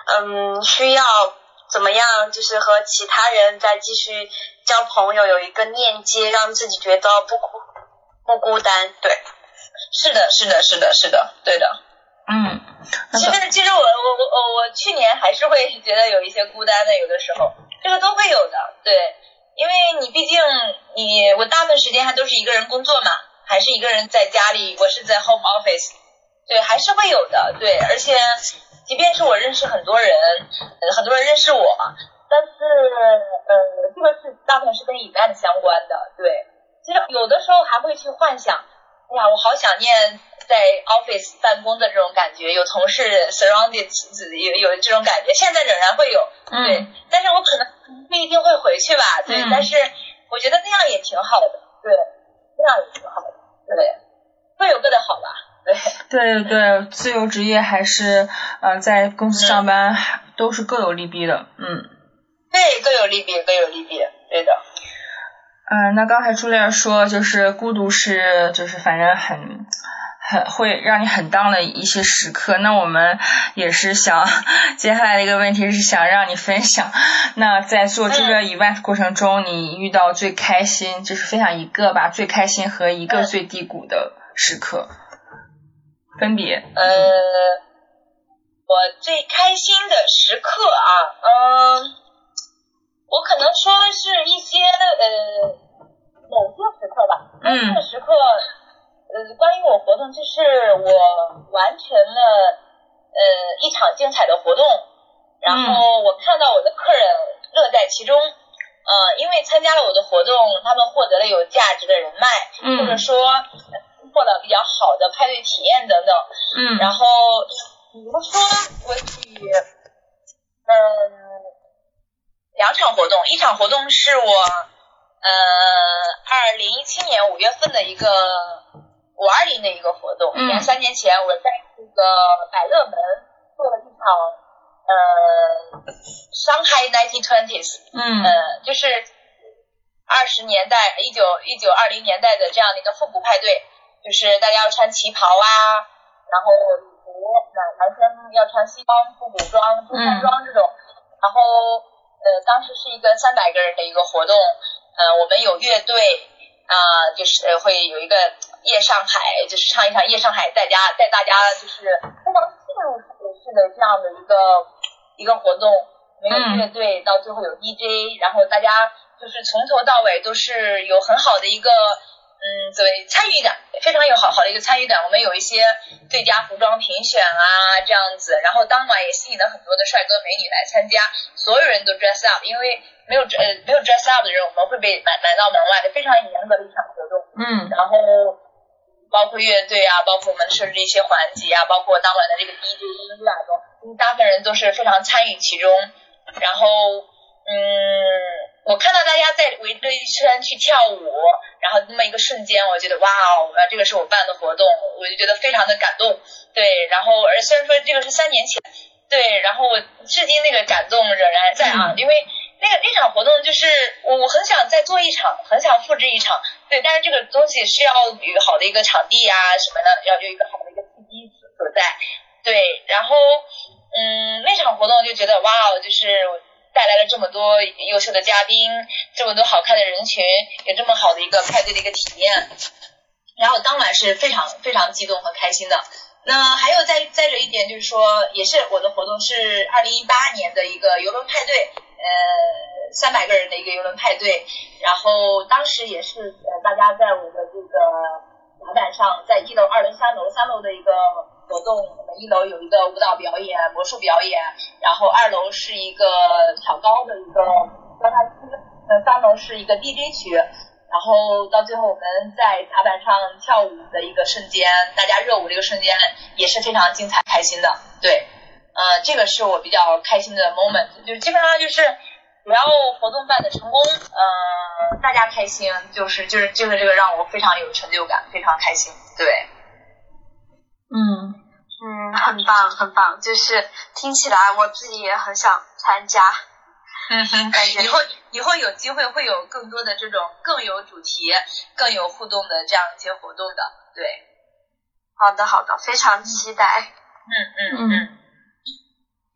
嗯需要怎么样就是和其他人再继续交朋友，有一个链接，让自己觉得不孤不孤单。对， 是的是的是的是的，对的。 嗯， 其实其实我我我我去年还是会觉得有一些孤单的，有的时候这个都会有的，对，因为你毕竟你我大部分时间还都是一个人工作嘛，还是一个人在家里，我是在 home office， 对，还是会有的，对，而且即便是我认识很多人，呃、很多人认识我，但是呃这个是大部分是跟 event 相关的，对，其实有的时候还会去幻想，哎呀，我好想念在 office 办公的这种感觉，有同事 surrounded 有有这种感觉，现在仍然会有，对，嗯、但是我可能不一定会回去吧，对、嗯，但是我觉得那样也挺好的，对，那样也挺好的，对，各有各的好吧，对。 对对，自由职业还是呃在公司上班、嗯、都是各有利弊的，嗯。 对，各有利弊，各有利弊，对的。 嗯，那刚才朱莉说就是孤独是就是反正很很会让你很 down 的一些时刻，那我们也是想接下来的一个问题是想让你分享，那在做这个 event 过程中、嗯、你遇到最开心就是分享一个吧，最开心和一个最低谷的时刻、嗯、分别。 呃我最开心的时刻啊，嗯、呃我可能说是一些呃某些时刻吧，嗯，这个时刻呃关于我活动就是我完成了呃一场精彩的活动，然后我看到我的客人乐在其中，呃因为参加了我的活动，他们获得了有价值的人脉，嗯，或者说获得比较好的派对体验等等，嗯，然后比如说我举嗯。两场活动，一场活动是我呃二零一七年五月份的一个五二零的一个活动，嗯，三年前我在这个百乐门做了一场呃Shanghai nineteen twenties， 嗯，呃就是二十年代一九一九二零年代的这样的一个复古派对，就是大家要穿旗袍啊，然后礼服，那男生要穿西装复古装中山装这种，嗯，然后呃，当时是一个三百个人的一个活动，呃，我们有乐队啊、呃，就是会有一个夜上海，就是唱一场夜上海，带家带大家就是非常进入式的这样的一个一个活动，没有乐队，到最后有 D J， 然后大家就是从头到尾都是有很好的一个嗯，作为参与感，非常有好好的一个参与感。我们有一些最佳服装评选啊，这样子，然后当晚也吸引了很多的帅哥美女来参加，所有人都 dress up， 因为没有呃没有 dress up 的人，我们会被拦拦到门外的，非常严格的一场活动。嗯，然后包括乐队啊，包括我们设置一些环节啊，包括当晚的这个 D J 音乐啊，都大部分人都是非常参与其中，然后嗯。我看到大家在围着一圈去跳舞，然后那么一个瞬间，我觉得哇哦，这个是我办的活动，我就觉得非常的感动。对，然后而虽然说这个是三年前，对，然后我至今那个感动仍然在啊，嗯、因为那个那场活动就是我我很想再做一场，很想复制一场，对，但是这个东西是要有好的一个场地啊什么的，要有一个好的一个契机所在，对，然后嗯那场活动就觉得哇哦，就是带来了这么多优秀的嘉宾，这么多好看的人群，有这么好的一个派对的一个体验，然后当晚是非常非常激动和开心的。那还有再再者一点就是说，也是我的活动是二零一八年的一个游轮派对，呃三百个人的一个游轮派对，然后当时也是呃大家在我的这个甲板上，在一楼、二楼、三楼三楼的一个活动，我们一楼有一个舞蹈表演、魔术表演，然后二楼是一个挑高的一个交叉区，那三楼是一个 D J 区，然后到最后我们在甲板上跳舞的一个瞬间，大家热舞的一个瞬间也是非常精彩开心的，对，呃，这个是我比较开心的 moment， 就是基本上就是只要活动办的成功，呃，大家开心，就是就是就是这个让我非常有成就感，非常开心，对。 嗯嗯，很棒很棒，就是听起来我自己也很想参加。 嗯哼，感觉以后以后有机会会有更多的这种更有主题、更有互动的这样一些活动的，对。 好的好的，非常期待。 嗯嗯嗯。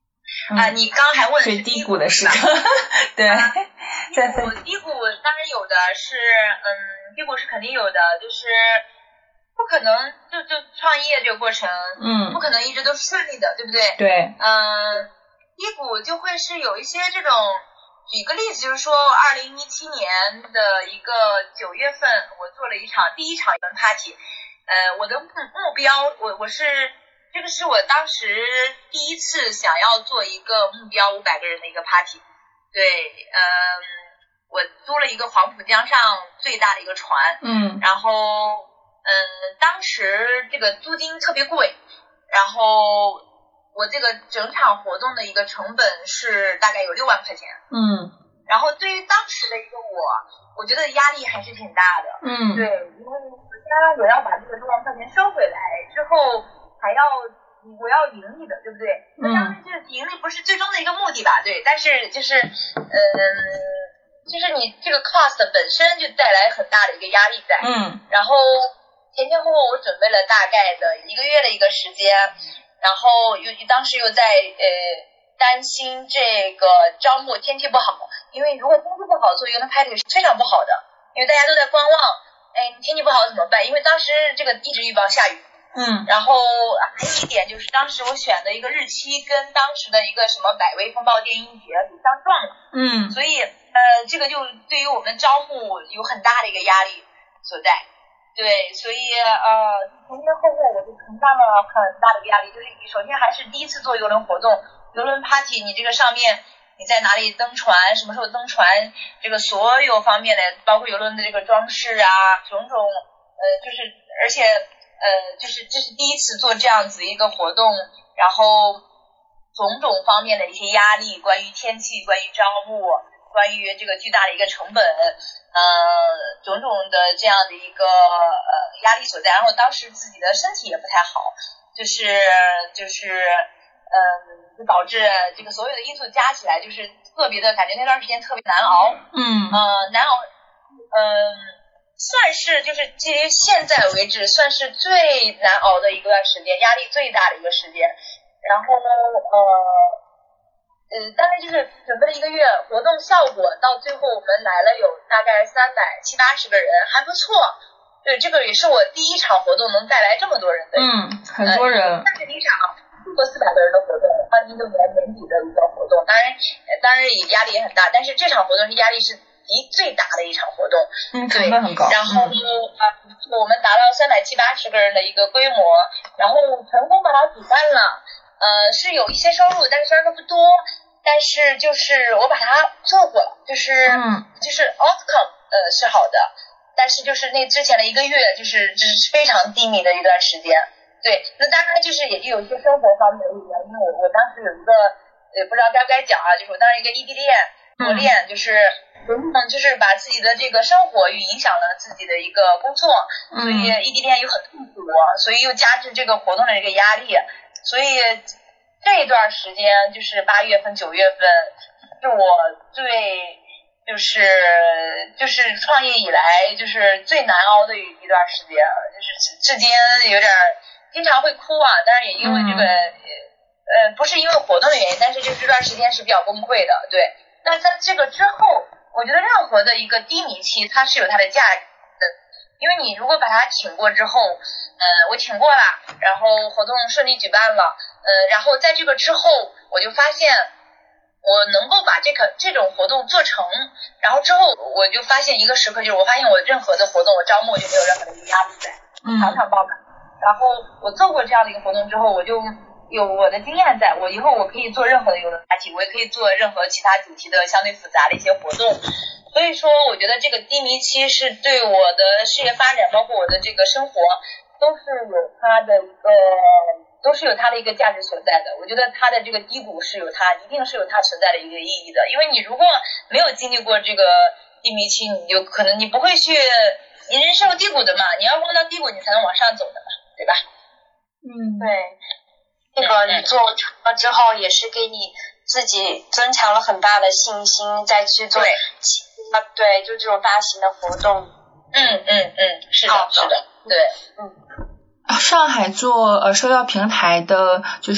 啊，你刚还问的是低谷的时刻，对， 啊、低谷低谷当然有的是，嗯，低谷是肯定有的，就是不可能就就创业这个过程， 嗯， 不可能一直都顺利的，对不对？ 对， 嗯，低谷就会是有一些这种，举个例子，就是说二零一七年的一个九月份，我做了一场第一场游轮 party， 呃，我的目目标，我我是。这个是我当时第一次想要做一个目标五百个人的一个 party， 对，嗯，我租了一个黄浦江上最大的一个船， 嗯， 然后，嗯，当时这个租金特别贵，然后我这个整场活动的一个成本是大概有六万块钱， 嗯， 然后对于当时的一个我，我觉得压力还是挺大的， 嗯， 对，因为首先我要把这个六万块钱收回来之后。还要我要盈利的，对不对？ 嗯。 当然，就是盈利不是最终的一个目的吧？对，但是就是嗯，就是你这个 cost 本身就带来很大的一个压力在。 嗯。 然后前前后后我准备了大概的一个月的一个时间，然后又当时又在呃担心这个招募天气不好，因为如果天气不好做游轮 party 是非常不好的，因为大家都在观望，哎，天气不好怎么办？因为当时这个一直预报下雨。 嗯， 然后还有一点就是，当时我选的一个日期跟当时的一个什么百威风暴电音节给相撞了， 嗯， 所以呃，这个就对于我们招募有很大的一个压力所在，对，所以呃前前后后我就承担了很大的一个压力，就是首先还是第一次做游轮活动，游轮 party， 你这个上面你在哪里登船，什么时候登船，这个所有方面的，包括游轮的这个装饰啊，种种呃，就是而且。呃，就是这是第一次做这样子一个活动，然后种种方面的一些压力，关于天气，关于招募，关于这个巨大的一个成本，呃，种种的这样的一个呃压力所在。然后当时自己的身体也不太好，就是就是嗯、呃，就导致这个所有的因素加起来，就是特别的感觉那段时间特别难熬， 嗯， 呃，难熬，嗯、呃。算是就是距离现在为止算是最难熬的一段时间，压力最大的一个时间。然后呢，呃，呃，大概就是准备了一个月，活动效果到最后我们来了有大概三百七八十个人，还不错。对，这个也是我第一场活动能带来这么多人的， 嗯，很多人。 呃、但是一场超过四百个人的活动，二零一六年年底的一个活动，当然，当然也压力也很大，但是这场活动是压力是。最大的一场活动， 嗯，成本很高。 然后、嗯、啊，我们达到三百七八十个人的一个规模，然后成功把它举办了，呃，是有一些收入，但是虽然说不多，但是就是我把它做过了，就是嗯， 就是 outcome 呃是好的，但是就是那之前的一个月就是只是非常低迷的一段时间，对，那当然就是也有一些生活方面的原因，我我当时有一个呃不知道该不该讲啊，就是我当时一个异地恋。磨练就是嗯，就是把自己的这个生活又影响了自己的一个工作， 嗯、 所以异地恋又很痛苦，所以又加之这个活动的这个压力，所以这段时间就是八月份、九月份是我最就是就是创业以来就是最难熬的一段时间，就是至今有点经常会哭啊，但是也因为这个、嗯、呃不是因为活动的原因，但是就这段时间是比较崩溃的，对。那在这个之后，我觉得任何的一个低迷期，它是有它的价值的，因为你如果把它挺过之后，呃，我挺过了，然后活动顺利举办了，呃，然后在这个之后，我就发现我能够把这个这种活动做成，然后之后我就发现一个时刻，就是我发现我任何的活动，我招募就没有任何的一个压力在，场场爆满。然后我做过这样的一个活动之后，我就。有我的经验在，我以后我可以做任何的游轮 party， 我也可以做任何其他主题的相对复杂的一些活动。所以说，我觉得这个低迷期是对我的事业发展，包括我的这个生活，都是有它的一个，都是有它的一个价值所在的。我觉得它的这个低谷是有它，一定是有它存在的一个意义的。因为你如果没有经历过这个低迷期，你就可能你不会去，你人是有低谷的嘛，你要碰到低谷，你才能往上走的嘛，对吧？ 嗯，对。这个你做成了之后，也是给你自己增强了很大的信心，再去做对啊，对，就这种大型的活动。 嗯嗯嗯，是的，是的，对， 嗯。上海做呃社交平台的，就是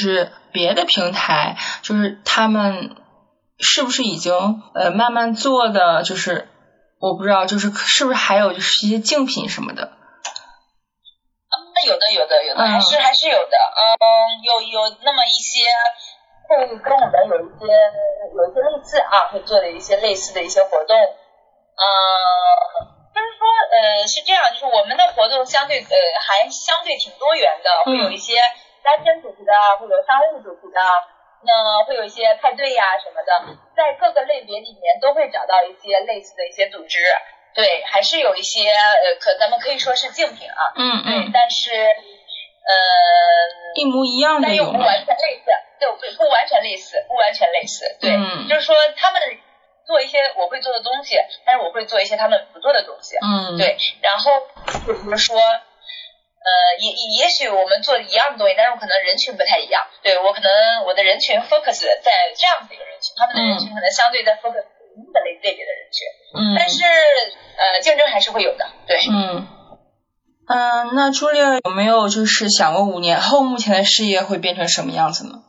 别的平台，就是他们是不是已经呃慢慢做的，就是我不知道，就是是不是还有就是一些竞品什么的？ 嗯，有的有的有的，还是还是有的，嗯，有有那么一些会跟我们有一些有一些类似啊，会做的一些类似的一些活动，嗯，就是说呃是这样，就是我们的活动相对呃还相对挺多元的，会有一些单身主题的，会有商务主题的。那会有一些派对呀、啊、什么的，在各个类别里面都会找到一些类似的一些组织，对，还是有一些呃，可咱们可以说是竞品啊， 嗯嗯， 对，但是呃， 一模一样的， 但又不完全类似，对，不完全类似，不完全类似，对， 嗯、 就是说他们做一些我会做的东西，但是我会做一些他们不做的东西， 嗯， 对，然后比如说。呃，也也许我们做一样的东西，但是我可能人群不太一样。对，我可能我的人群 focus 在这样子一个人群，他们的人群可能相对在 focus 另一个类类别的人群。嗯，但是呃，竞争还是会有的。对。 嗯嗯，那朱莉有没有就是想过五年后目前的事业会变成什么样子呢？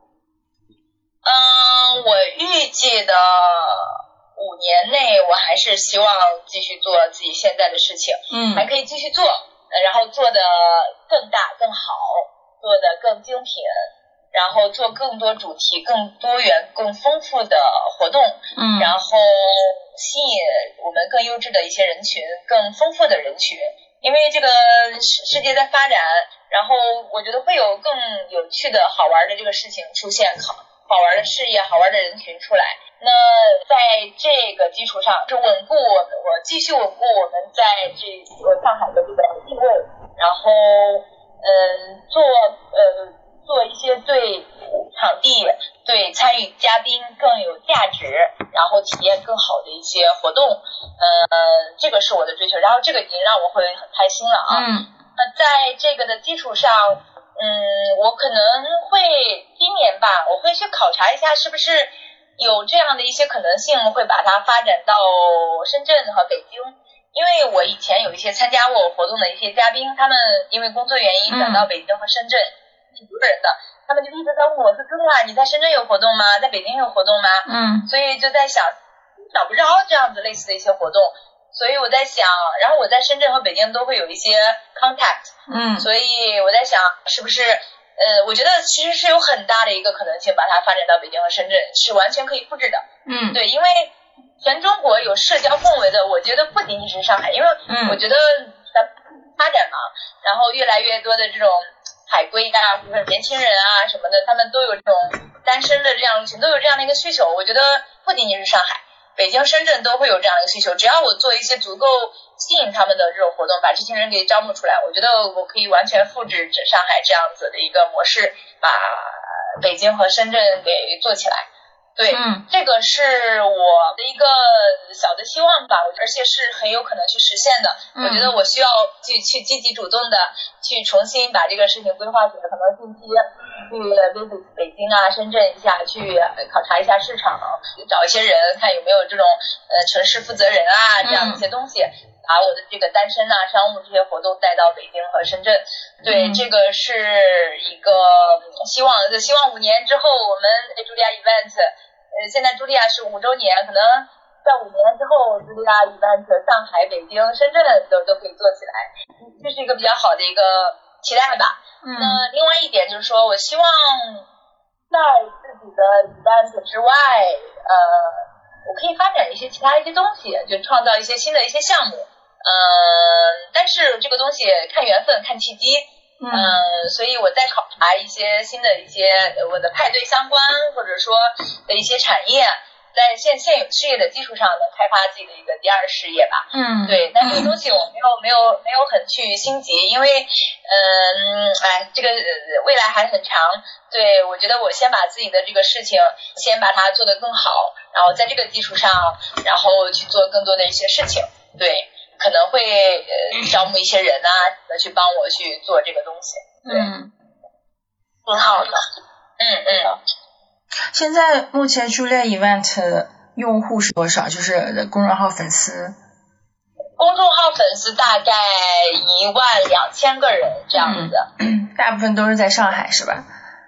嗯，我预计的五年内，我还是希望继续做自己现在的事情。嗯，还可以继续做。然后做的更大更好，做的更精品，然后做更多主题更多元更丰富的活动，嗯，然后吸引我们更优质的一些人群，更丰富的人群，因为这个世界在发展，然后我觉得会有更有趣的好玩的这个事情出现，好好玩的事业好玩的人群出来。那在这个基础上，是稳固我们，我继续稳固我们在这个上海的这个地位，然后，嗯，做呃做一些对场地、对参与嘉宾更有价值，然后体验更好的一些活动，呃，这个是我的追求，然后这个已经让我会很开心了啊。嗯。那在这个的基础上，嗯，我可能会今年吧，我会去考察一下是不是。有这样的一些可能性，会把它发展到深圳和北京，因为我以前有一些参加过我活动的一些嘉宾，他们因为工作原因转到北京和深圳，挺多人的，他们就一直在问我说：“朱莉啊，你在深圳有活动吗？在北京有活动吗？”嗯，所以就在想找不着这样子类似的一些活动，所以我在想，然后我在深圳和北京都会有一些 contact， 嗯，所以我在想是不是。呃，我觉得其实是有很大的一个可能性把它发展到北京和深圳，是完全可以复制的。嗯，对，因为全中国有社交氛围的，我觉得不仅仅是上海，因为我觉得咱发展嘛，然后越来越多的这种海归啊，或者年轻人啊什么的，他们都有这种单身的这样群，都有这样的一个需求。我觉得不仅仅是上海，北京、深圳都会有这样的一个需求。只要我做一些足够吸引他们的这种活动，把这些人给招募出来，我觉得我可以完全复制上海这样子的一个模式，把北京和深圳给做起来。对，嗯，这个是我的一个小的希望吧，而且是很有可能去实现的。嗯、我觉得我需要去去积极主动的去重新把这个事情规划起来，可能近期去 visit 北京啊、深圳一下，去考察一下市场，找一些人，看有没有这种呃城市负责人啊这样一些东西。嗯，把我的这个单身啊、商务这些活动带到北京和深圳，对，嗯、这个是一个希望，希望五年之后我们茱莉亚 event， 呃，现在茱莉亚是五周年，可能在五年之后，茱莉亚 event 上海、北京、深圳都都可以做起来，这是一个比较好的一个期待吧。嗯，那另外一点就是说，我希望在自己的 event 之外，呃，我可以发展一些其他一些东西，就创造一些新的一些项目。嗯、呃，但是这个东西看缘分，看契机。嗯、呃，所以我在考察一些新的一些我的派对相关，或者说的一些产业，在现现有事业的基础上能开发自己的一个第二事业吧。嗯，对，但这个东西我没有没有没有很去心急，因为嗯，哎，这个未来还很长。对，我觉得我先把自己的这个事情先把它做得更好，然后在这个基础上，然后去做更多的一些事情。对。可能会呃招募一些人啊，去帮我去做这个东西。对，嗯，挺好的。嗯嗯。 现在目前 Julia Event 用户是多少？就是公众号粉丝。 公众号粉丝大概一万两千个人这样子。 嗯、大部分都是在上海是吧？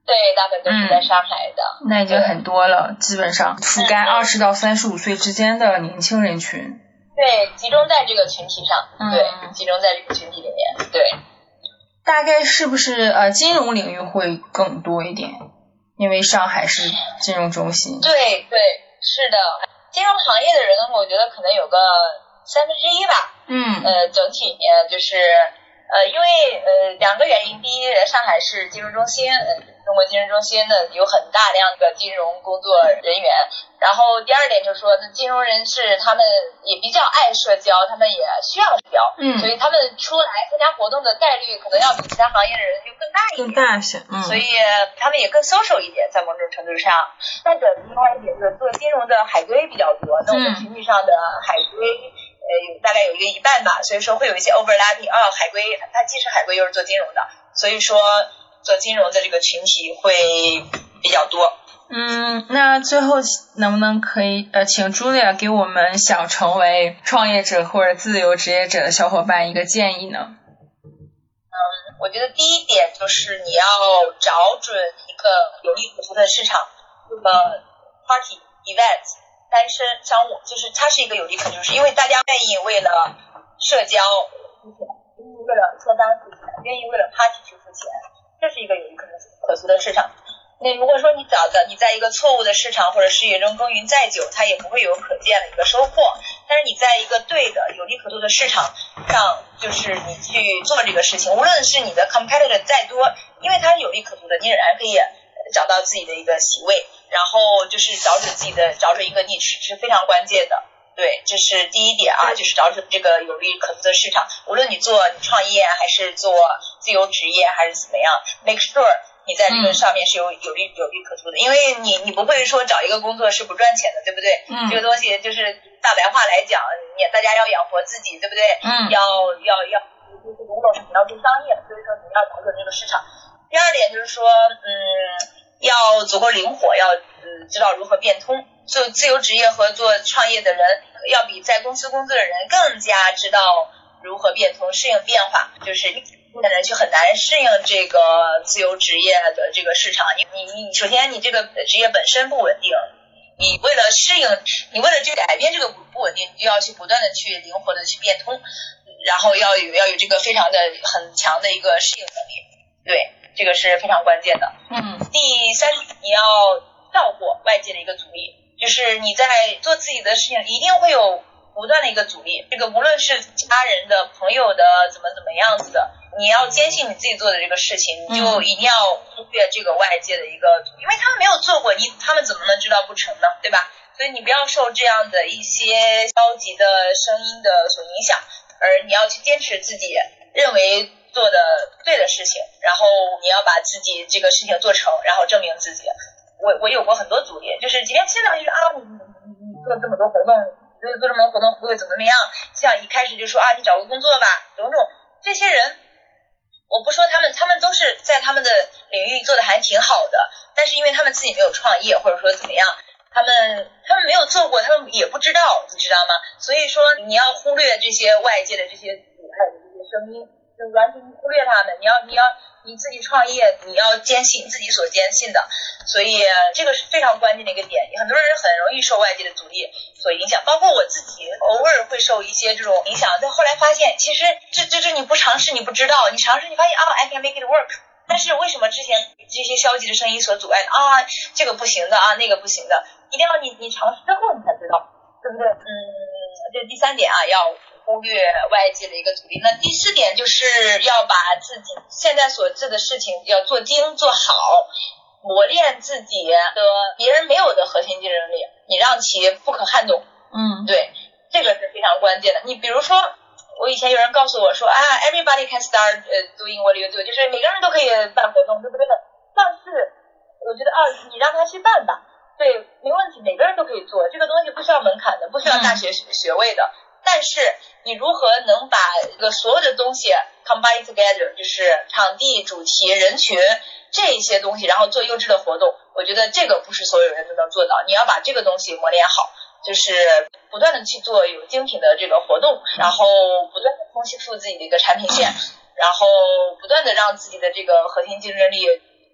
对，大部分都是在上海的。 嗯、那已经很多了，基本上覆盖二十到三十五岁之间的年轻人群。 对，集中在这个群体上， 嗯、 对，集中在这个群体里面，对。 大概是不是呃金融领域会更多一点？因为上海是金融中心。 对对，是的，金融行业的人，我觉得可能有个三分之一吧。 嗯。 呃，整体呃就是呃，因为呃两个原因，第一，上海是金融中心，呃，中国金融中心呢有很大量的金融工作人员。然后第二点就是说，那金融人士他们也比较爱社交，他们也需要社交， 嗯， 所以他们出来参加活动的概率可能要比其他行业的人就更大一点， 更大些，嗯， 所以他们也更 social 一点，在某种程度上。再者，另外一点就是做金融的海归比较多，那我们群体上的海归。呃，有大概有一个一半吧，所以说会有一些 overlapping 啊，海归他既是海归又是做金融的，所以说做金融的这个群体会比较多。 嗯，那最后能不能可以呃，请 Julia 给我们想成为创业者或者自由职业者的小伙伴一个建议呢？ 嗯，我觉得第一点就是你要找准一个有利可图的市场，这个 party event。单身商务就是它是一个有利可图，是因为大家愿意为了社交付钱，愿意为了签单付钱，愿意为了 party 去付钱，这是一个有利可图的市场。那如果说你找的你在一个错误的市场或者事业中耕耘再久，它也不会有可见的一个收获。但是你在一个对的有利可图的市场上，就是你去做这个事情，无论是你的 competitor 再多，因为它是有利可图的，你仍然可以找到自己的一个席位，然后就是找准自己的找准一个 niche 是非常关键的。对，这是第一点啊，就是找准这个有利可图的市场，无论你做你创业还是做自由职业还是怎么样 make sure 你在这个上面是有有利有利可图的，因为你你不会说找一个工作是不赚钱的，对不对？ 嗯， 这个东西就是大白话来讲，你大家要养活自己，对不对？ 嗯，要要要就是如果是你要做商业，所以说你要找准这个市场。第二点就是说，嗯，要足够灵活，要嗯知道如何变通。做自由职业和做创业的人，要比在公司工作的人更加知道如何变通、适应变化。就是现在人就很难适应这个自由职业的这个市场。你你你，首先你这个职业本身不稳定，你为了适应，你为了去改变这个不稳定，你就要去不断的去灵活的去变通，然后要有要有这个非常的很强的一个适应能力。对，这个是非常关键的。 嗯。 第三，你要绕过外界的一个阻力，就是你在做自己的事情，一定会有不断的一个阻力。这个无论是家人的、朋友的，怎么怎么样子的，你要坚信你自己做的这个事情，你就一定要忽略这个外界的一个阻力，因为他们没有做过，你他们怎么能知道不成呢？对吧？所以你不要受这样的一些消极的声音的所影响，而你要去坚持自己认为做的对的事情，然后你要把自己这个事情做成，然后证明自己。我我有过很多阻力，就是即便现在就是啊，你你你做这么多活动，做做这么多活动不会怎么怎么样，像一开始就说啊，你找个工作吧，种种这些人，我不说他们，他们都是在他们的领域做的还挺好的，但是因为他们自己没有创业，或者说怎么样，他们他们没有做过，他们也不知道，你知道吗？所以说你要忽略这些外界的这些阻碍的这些声音，就完全忽略他们，你要你要你自己创业，你要坚信自己所坚信的，所以这个是非常关键的一个点。很多人很容易受外界的阻力所影响，包括我自己偶尔会受一些这种影响，但后来发现其实这这这你不尝试你不知道，你尝试你发现啊 I can make it work， 但是为什么之前这些消极的声音所阻碍的啊，这个不行的啊，那个不行的，一定要你你尝试之后你才知道，对不对？嗯，这是第三点啊，要忽略外界的一个阻力。那第四点就是要把自己现在所做的事情要做精做好，磨练自己的别人没有的核心竞争力，你让企业不可撼动。 嗯， 对，这个是非常关键的。你比如说，我以前有人告诉我说啊 ，everybody can start doing what you do， 就是每个人都可以办活动，对不对？但是我觉得啊，你让他去办吧，对，没问题，每个人都可以做，这个东西不需要门槛的，不需要大学学位的。嗯，但是你如何能把这个所有的东西 combine together， 就是场地、主题、人群这些东西，然后做优质的活动，我觉得这个不是所有人都能做到，你要把这个东西磨练好，就是不断的去做有精品的这个活动，然后不断的丰富自己的一个产品线，然后不断的让自己的这个核心竞争力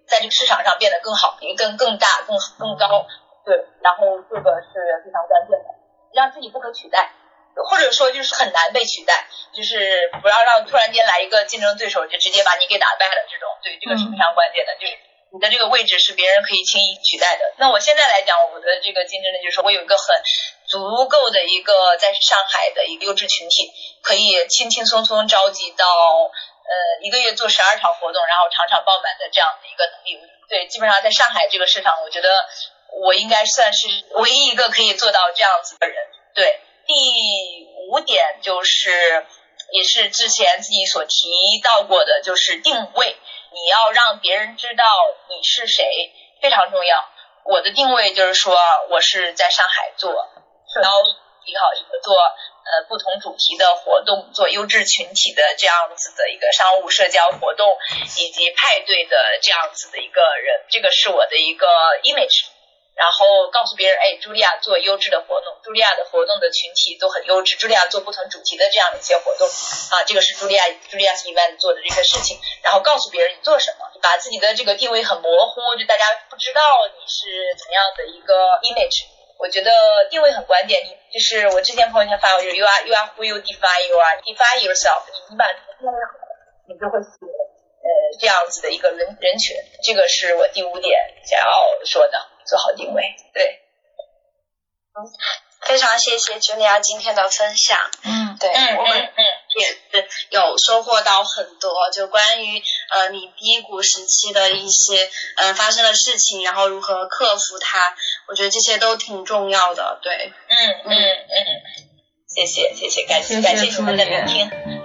在这个市场上变得更好，更更大更更高，对，然后这个是非常关键的，让自己不可取代，或者说就是很难被取代，就是不要让突然间来一个竞争对手就直接把你给打败了，这种，对，这个是非常关键的，就是你的这个位置是别人可以轻易取代的。那我现在来讲，我的这个竞争力就是说我有一个很足够的一个在上海的一个优质群体，可以轻轻松松召集到呃一个月做十二场活动，然后场场爆满的这样的一个能力。对，基本上在上海这个市场，我觉得我应该算是唯一一个可以做到这样子的人。对，第五点就是也是之前自己所提到过的，就是定位，你要让别人知道你是谁，非常重要。我的定位就是说我是在上海做社交也好，一个做呃不同主题的活动，做优质群体的这样子的一个商务社交活动以及派对的这样子的一个人，这个是我的一个 image。然后告诉别人，哎，茱莉亚做优质的活动，茱莉亚的活动的群体都很优质，茱莉亚做不同主题的这样的一些活动啊，这个是茱莉亚茱莉亚 event 做的这个事情。然后告诉别人你做什么，把自己的这个定位很模糊，就大家不知道你是怎样的一个 image。我觉得定位很关键，你就是我之前朋友圈发过，就是 you are you are who you define you are define yourself， 你把定位好，你就会吸引呃这样子的一个人人群，这个是我第五点想要说的。做好定位，对， 嗯，非常谢谢 Julia 今天的分享， 嗯， 对， 嗯我们嗯也是有收获到很多，就关于呃你低谷时期的一些嗯、呃、发生的事情，然后如何克服它，我觉得这些都挺重要的，对， 嗯嗯嗯，谢谢谢谢，感谢谢谢感谢你们的聆听。